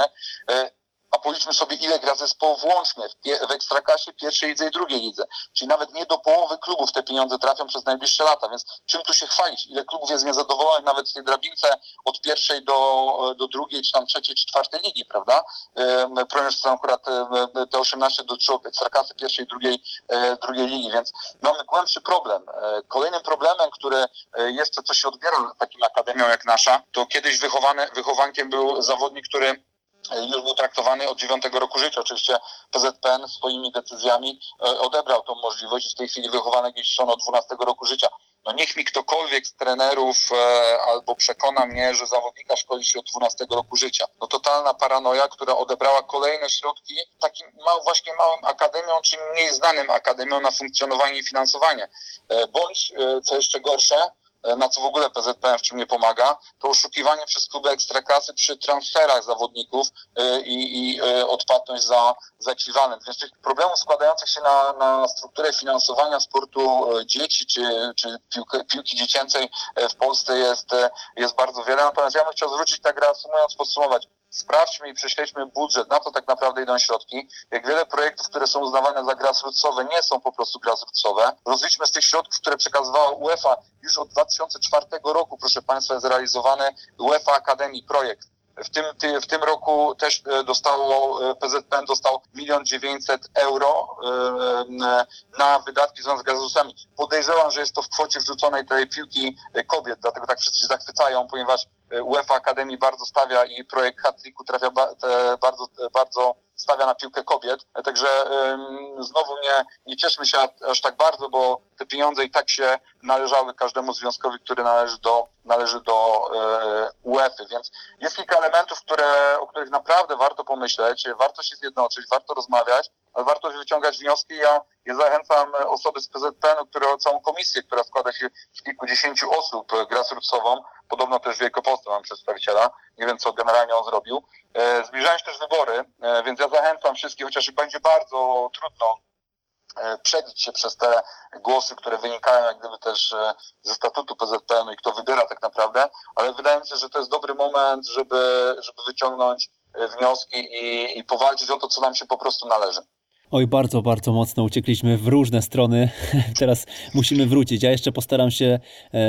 A policzmy sobie, ile gra zespołów łącznie w Ekstraklasie, pierwszej lidze i drugiej lidze. Czyli nawet nie do połowy klubów te pieniądze trafią przez najbliższe lata, więc czym tu się chwalić? Ile klubów jest niezadowolonych nawet w tej drabince od pierwszej do, do drugiej, czy tam trzeciej, czy czwartej ligi, prawda? Pro są akurat te osiemnaście dotyczyło Ekstraklasy pierwszej i drugiej, drugiej ligi, więc mamy głębszy problem. Kolejnym problemem, który jeszcze co się odbiera takim akademią jak nasza, to kiedyś wychowany, wychowankiem był zawodnik, który już był traktowany od dziewiątego roku życia. Oczywiście P Z P N swoimi decyzjami odebrał tą możliwość i w tej chwili wychowanek jest liczony od dwunastego roku życia. No niech mi ktokolwiek z trenerów e, albo przekona mnie, że zawodnika szkoli się od dwunastego roku życia. No totalna paranoja, która odebrała kolejne środki takim mał, właśnie małym akademiom, czy mniej znanym akademiom na funkcjonowanie i finansowanie. E, bądź, e, co jeszcze gorsze, na co w ogóle P Z P N w czym nie pomaga, to oszukiwanie przez kluby Ekstraklasy przy transferach zawodników i, i odpłatność za, za ekwiwalent. Więc tych problemów składających się na, na strukturę finansowania sportu dzieci czy, czy piłki, piłki dziecięcej w Polsce jest, jest bardzo wiele. Natomiast ja bym chciał zwrócić, tak reasumując, podsumować. Sprawdźmy i prześledźmy budżet, na co tak naprawdę idą środki. Jak wiele projektów, które są uznawane za grassrootsowe, nie są po prostu grassrootsowe. Rozliczmy z tych środków, które przekazywała UEFA już od dwa tysiące czwartego roku, proszę Państwa, jest realizowany UEFA Academy projekt. W tym, w tym roku też dostało, P Z P N dostał milion dziewięćset euro na wydatki związane z grassrootsami. Podejrzewam, że jest to w kwocie wrzuconej tej piłki kobiet, dlatego tak wszyscy się zachwycają, ponieważ UEFA Academy bardzo stawia i projekt hat-tricku trafia bardzo, bardzo stawia na piłkę kobiet. Także ym, znowu nie, nie cieszmy się aż tak bardzo, bo te pieniądze i tak się należały każdemu związkowi, który należy do, należy do y, UEFA. Więc jest kilka elementów, które, o których naprawdę warto pomyśleć, warto się zjednoczyć, warto rozmawiać, ale warto wyciągać wnioski. Ja, ja zachęcam osoby z P Z P N-u, które, całą komisję, która składa się z kilkudziesięciu osób grassrootsową, podobno też w Wielkopolsce mam przedstawiciela, nie wiem co generalnie on zrobił. E, zbliżają się też wybory, e, więc ja zachęcam wszystkich, chociaż będzie bardzo trudno e, przebić się przez te głosy, które wynikają jak gdyby też e, ze statutu P Z P N-u i kto wybiera tak naprawdę, ale wydaje mi się, że to jest dobry moment, żeby, żeby wyciągnąć wnioski i, i powalczyć o to, co nam się po prostu należy. Oj, bardzo, bardzo mocno uciekliśmy w różne strony. Teraz musimy wrócić. Ja jeszcze postaram się,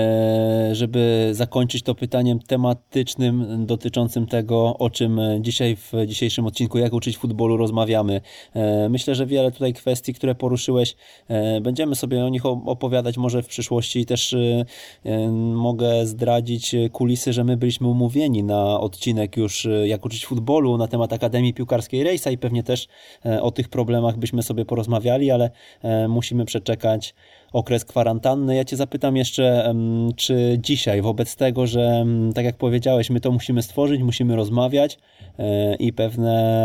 żeby zakończyć to pytaniem tematycznym dotyczącym tego, o czym dzisiaj w dzisiejszym odcinku Jak uczyć futbolu rozmawiamy. Myślę, że wiele tutaj kwestii, które poruszyłeś, będziemy sobie o nich opowiadać może w przyszłości. Też mogę zdradzić kulisy, że my byliśmy umówieni na odcinek już Jak uczyć futbolu na temat Akademii Piłkarskiej Rejsa i pewnie też o tych problemach byśmy sobie porozmawiali, ale e, musimy przeczekać okres kwarantanny. Ja Cię zapytam jeszcze, m, czy dzisiaj wobec tego, że m, tak jak powiedziałeś, my to musimy stworzyć, musimy rozmawiać e, i pewne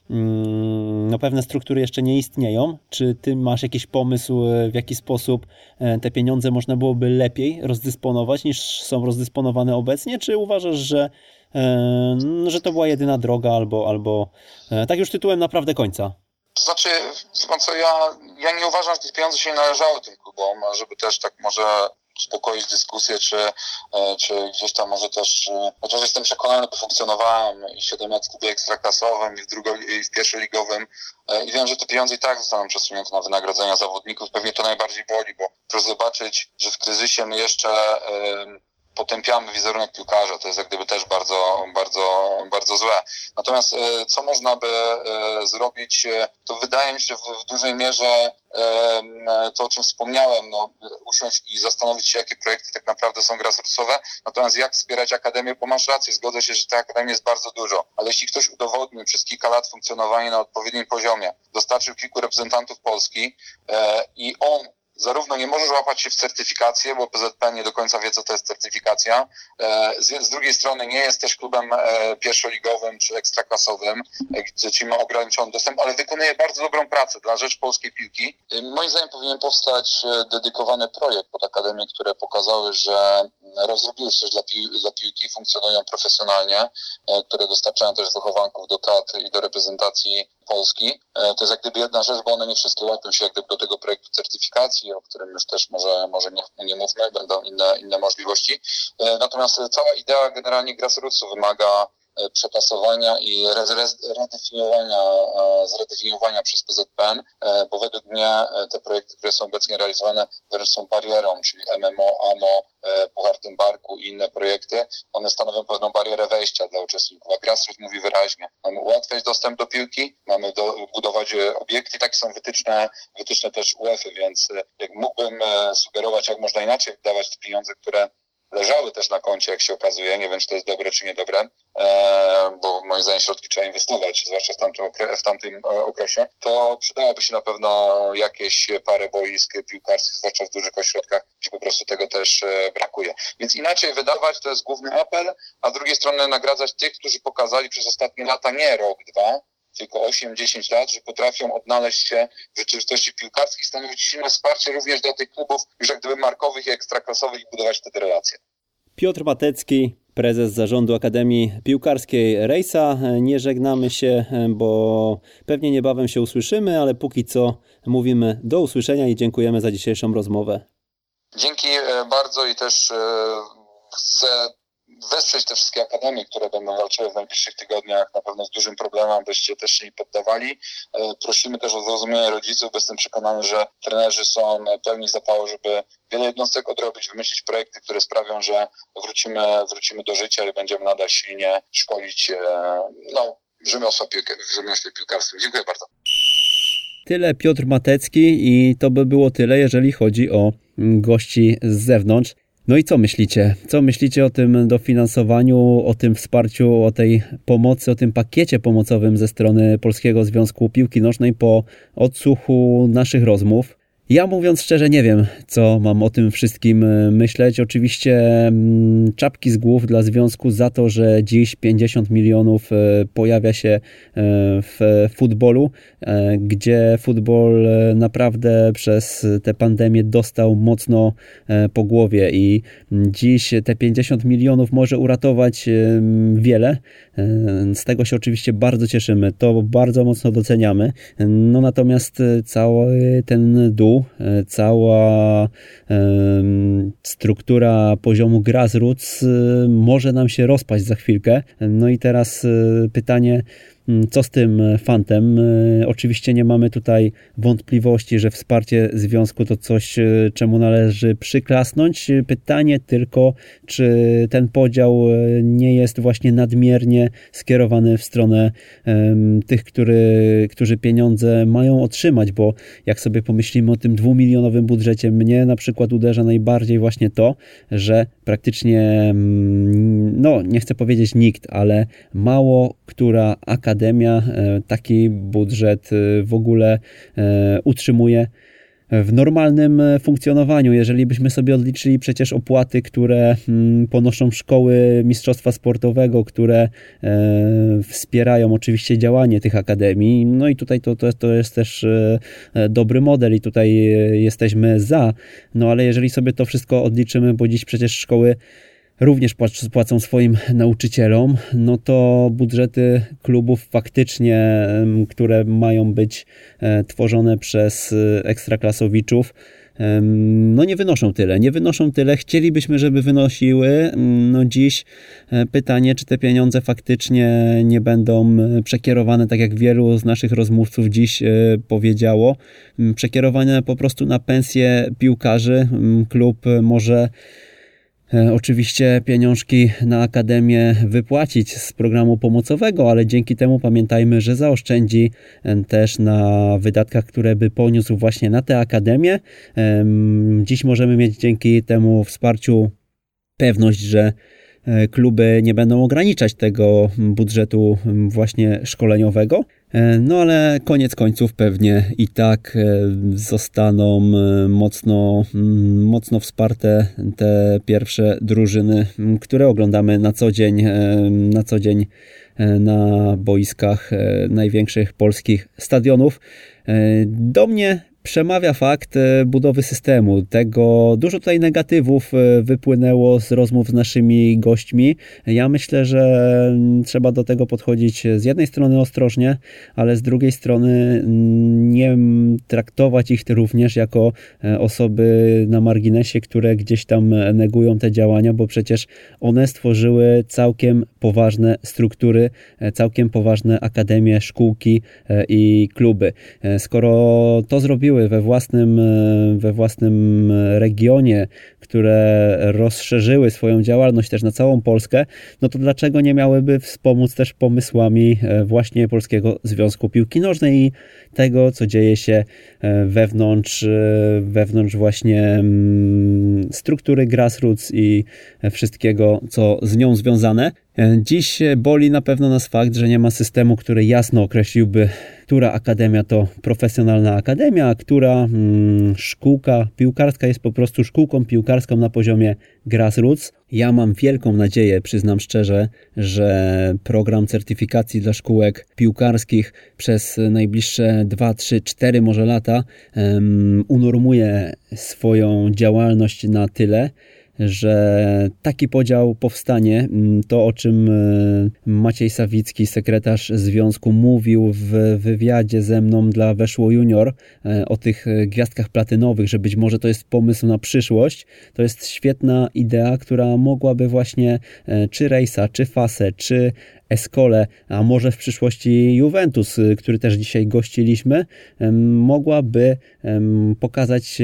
m, no pewne struktury jeszcze nie istnieją. Czy Ty masz jakiś pomysł, w jaki sposób e, te pieniądze można byłoby lepiej rozdysponować niż są rozdysponowane obecnie? Czy uważasz, że, e, że to była jedyna droga albo, albo e, tak już tytułem naprawdę końca? To znaczy, co, ja, ja nie uważam, że te pieniądze się nie należały tym klubom, żeby też tak może uspokoić dyskusję, czy, czy gdzieś tam może też, chociaż jestem przekonany, bo funkcjonowałem i siedem lat w klubie ekstraklasowym i w, drugo, i w pierwszoligowym i wiem, że te pieniądze i tak zostaną przesunięte na wynagrodzenia zawodników. Pewnie to najbardziej boli, bo proszę zobaczyć, że w kryzysie my jeszcze yy, potępiamy wizerunek piłkarza, to jest jak gdyby też bardzo, bardzo, bardzo złe. Natomiast e, co można by e, zrobić, e, to wydaje mi się w, w dużej mierze e, to, o czym wspomniałem, no, usiąść i zastanowić się, jakie projekty tak naprawdę są grassrootsowe, natomiast jak wspierać Akademię, bo masz rację, zgodzę się, że tej Akademii jest bardzo dużo, ale jeśli ktoś udowodni przez kilka lat funkcjonowania na odpowiednim poziomie, dostarczył kilku reprezentantów Polski e, i on zarówno nie możesz łapać się w certyfikację, bo P Z P N nie do końca wie, co to jest certyfikacja. Z, z drugiej strony nie jest też klubem pierwszoligowym czy ekstraklasowym, gdzie ci ma ograniczony dostęp, ale wykonuje bardzo dobrą pracę dla rzecz polskiej piłki. Moim zdaniem powinien powstać dedykowany projekt pod Akademię, które pokazały, że rozrobiły się też dla, pił- dla piłki, funkcjonują profesjonalnie, które dostarczają też wychowanków do kadr i do reprezentacji Polski. To jest jak gdyby jedna rzecz, bo one nie wszystkie łapią się jak gdyby do tego projektu certyfikacji, o którym już też może, może nie, nie mówmy, będą inne, inne możliwości. Natomiast cała idea generalnie grassrootsu wymaga przetasowania i redefiniowania, zredefiniowania przez P Z P N, bo według mnie te projekty, które są obecnie realizowane, wręcz są barierą, czyli M M O, A M O, Puchar Tymbarku i inne projekty, one stanowią pewną barierę wejścia dla uczestników. A Grassroot mówi wyraźnie, mamy ułatwiać dostęp do piłki, mamy do, budować obiekty, takie są wytyczne, wytyczne też UEFA, więc jak mógłbym sugerować, jak można inaczej wydawać te pieniądze, które leżały też na koncie, jak się okazuje, nie wiem, czy to jest dobre, czy niedobre, e, bo moim zdaniem środki trzeba inwestować, zwłaszcza w tamtym, okre- w tamtym okresie, to przydałoby się na pewno jakieś parę boisk piłkarskich, zwłaszcza w dużych ośrodkach, gdzie po prostu tego też e, brakuje. Więc inaczej wydawać, to jest główny apel, a z drugiej strony nagradzać tych, którzy pokazali przez ostatnie lata, nie rok, dwa, tylko osiem dziesięć lat, że potrafią odnaleźć się w rzeczywistości piłkarskiej i stanowić silne wsparcie również dla tych klubów już jak gdyby markowych i ekstraklasowych i budować wtedy relacje. Piotr Matecki, prezes zarządu Akademii Piłkarskiej Rejsa. Nie żegnamy się, bo pewnie niebawem się usłyszymy, ale póki co mówimy do usłyszenia i dziękujemy za dzisiejszą rozmowę. Dzięki bardzo i też chcę wesprzeć te wszystkie akademie, które będą walczyły w najbliższych tygodniach, na pewno z dużym problemem, byście też się nie poddawali. Prosimy też o zrozumienie rodziców, bo jestem przekonany, że trenerzy są pełni zapału, żeby wiele jednostek odrobić, wymyślić projekty, które sprawią, że wrócimy, wrócimy do życia i będziemy nadal silnie szkolić no, rzemiosła piłka, w rzemiośle piłkarskim. Dziękuję bardzo. Tyle Piotr Matecki i to by było tyle, jeżeli chodzi o gości z zewnątrz. No i co myślicie? Co myślicie o tym dofinansowaniu, o tym wsparciu, o tej pomocy, o tym pakiecie pomocowym ze strony Polskiego Związku Piłki Nożnej po odsłuchu naszych rozmów? Ja mówiąc szczerze nie wiem, co mam o tym wszystkim myśleć. Oczywiście czapki z głów dla związku za to, że dziś pięćdziesiąt milionów pojawia się w futbolu, gdzie futbol naprawdę przez tę pandemię dostał mocno po głowie i dziś te pięćdziesiąt milionów może uratować wiele. Z tego się oczywiście bardzo cieszymy, to bardzo mocno doceniamy. No natomiast cały ten dół, cała e, struktura poziomu grassroots może nam się rozpaść za chwilkę. No i teraz pytanie, co z tym fantem? Oczywiście nie mamy tutaj wątpliwości, że wsparcie związku to coś, czemu należy przyklasnąć. Pytanie tylko, czy ten podział nie jest właśnie nadmiernie skierowany w stronę um, tych, który, którzy pieniądze mają otrzymać, bo jak sobie pomyślimy o tym dwumilionowym budżecie, mnie na przykład uderza najbardziej właśnie to, że praktycznie, no nie chcę powiedzieć nikt, ale mało która akademia Akademia taki budżet w ogóle utrzymuje w normalnym funkcjonowaniu. Jeżeli byśmy sobie odliczyli przecież opłaty, które ponoszą szkoły mistrzostwa sportowego, które wspierają oczywiście działanie tych akademii, no i tutaj to, to, to jest też dobry model i tutaj jesteśmy za, no ale jeżeli sobie to wszystko odliczymy, bo dziś przecież szkoły również płacą swoim nauczycielom, no to budżety klubów faktycznie, które mają być tworzone przez ekstraklasowiczów, no nie wynoszą tyle, nie wynoszą tyle. Chcielibyśmy, żeby wynosiły. No dziś pytanie, czy te pieniądze faktycznie nie będą przekierowane, tak jak wielu z naszych rozmówców dziś powiedziało, przekierowane po prostu na pensje piłkarzy. Klub może oczywiście pieniążki na akademię wypłacić z programu pomocowego, ale dzięki temu pamiętajmy, że zaoszczędzi też na wydatkach, które by poniósł właśnie na tę akademię. Dziś możemy mieć dzięki temu wsparciu pewność, że kluby nie będą ograniczać tego budżetu właśnie szkoleniowego. No ale koniec końców pewnie i tak zostaną mocno, mocno wsparte te pierwsze drużyny, które oglądamy na co dzień, na co dzień na boiskach największych polskich stadionów. Do mnie przemawia fakt budowy systemu. Tego dużo tutaj negatywów wypłynęło z rozmów z naszymi gośćmi. Ja myślę, że trzeba do tego podchodzić z jednej strony ostrożnie, ale z drugiej strony nie traktować ich również jako osoby na marginesie, które gdzieś tam negują te działania, bo przecież one stworzyły całkiem poważne struktury, całkiem poważne akademie, szkółki i kluby. Skoro to zrobiły we własnym, we własnym regionie, które rozszerzyły swoją działalność też na całą Polskę, no to dlaczego nie miałyby wspomóc też pomysłami właśnie Polskiego Związku Piłki Nożnej i tego, co dzieje się wewnątrz, wewnątrz właśnie struktury grassroots i wszystkiego, co z nią związane. Dziś boli na pewno nas fakt, że nie ma systemu, który jasno określiłby, która akademia to profesjonalna akademia, a która hmm, szkółka piłkarska jest po prostu szkółką piłkarską na poziomie grassroots. Ja mam wielką nadzieję, przyznam szczerze, że program certyfikacji dla szkółek piłkarskich przez najbliższe dwa, trzy, cztery może lata um, unormuje swoją działalność na tyle, że taki podział powstanie. To, o czym Maciej Sawicki, sekretarz związku, mówił w wywiadzie ze mną dla Weszło Junior o tych gwiazdkach platynowych, że być może to jest pomysł na przyszłość. To jest świetna idea, która mogłaby właśnie czy Rejsa, czy Fasę, czy Escole, a może w przyszłości Juventus, który też dzisiaj gościliśmy, mogłaby pokazać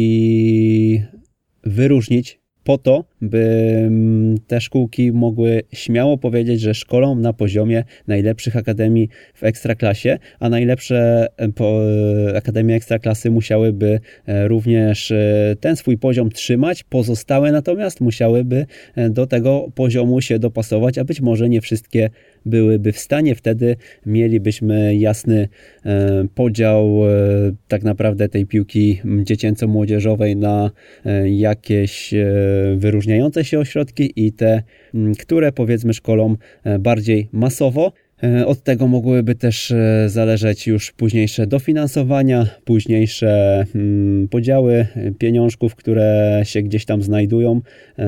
i wyróżnić po to, by te szkółki mogły śmiało powiedzieć, że szkolą na poziomie najlepszych akademii w Ekstraklasie, a najlepsze akademie Ekstraklasy musiałyby również ten swój poziom trzymać, pozostałe natomiast musiałyby do tego poziomu się dopasować, a być może nie wszystkie byłyby w stanie. Wtedy mielibyśmy jasny podział tak naprawdę tej piłki dziecięco-młodzieżowej na jakieś wyróżniające się ośrodki i te, które powiedzmy szkolą bardziej masowo. Od tego mogłyby też zależeć już późniejsze dofinansowania, późniejsze podziały pieniążków, które się gdzieś tam znajdują,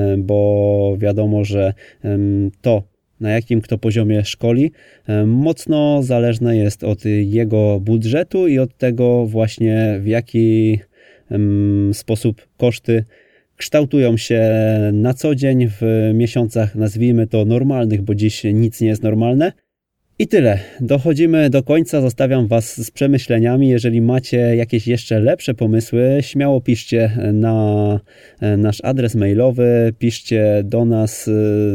bo wiadomo, że to, na jakim kto poziomie szkoli, mocno zależne jest od jego budżetu i od tego właśnie, w jaki sposób koszty kształtują się na co dzień w miesiącach, nazwijmy to normalnych, bo dziś nic nie jest normalne. I tyle. Dochodzimy do końca. Zostawiam Was z przemyśleniami. Jeżeli macie jakieś jeszcze lepsze pomysły, śmiało piszcie na nasz adres mailowy, piszcie do nas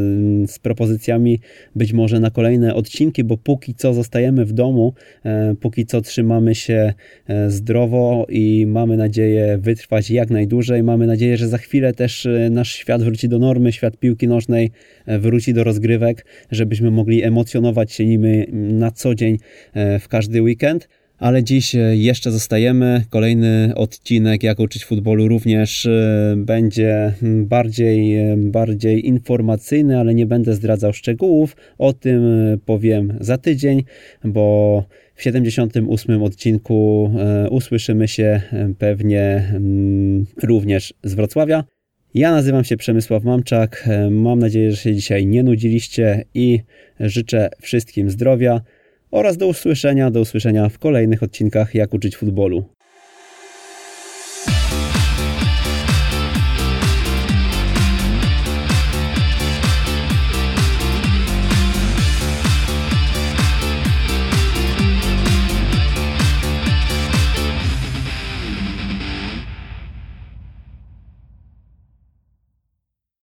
z propozycjami być może na kolejne odcinki, bo póki co zostajemy w domu, póki co trzymamy się zdrowo i mamy nadzieję wytrwać jak najdłużej. Mamy nadzieję, że za chwilę też nasz świat wróci do normy, świat piłki nożnej wróci do rozgrywek, żebyśmy mogli emocjonować się nimi na co dzień w każdy weekend. Ale dziś jeszcze zostajemy. Kolejny odcinek Jak uczyć futbolu również będzie bardziej, bardziej informacyjny, ale nie będę zdradzał szczegółów. O tym powiem za tydzień, bo w siedemdziesiątym ósmym odcinku usłyszymy się pewnie również z Wrocławia. Ja nazywam się Przemysław Mamczak. Mam nadzieję, że się dzisiaj nie nudziliście i życzę wszystkim zdrowia oraz do usłyszenia, do usłyszenia w kolejnych odcinkach Jak uczyć futbolu.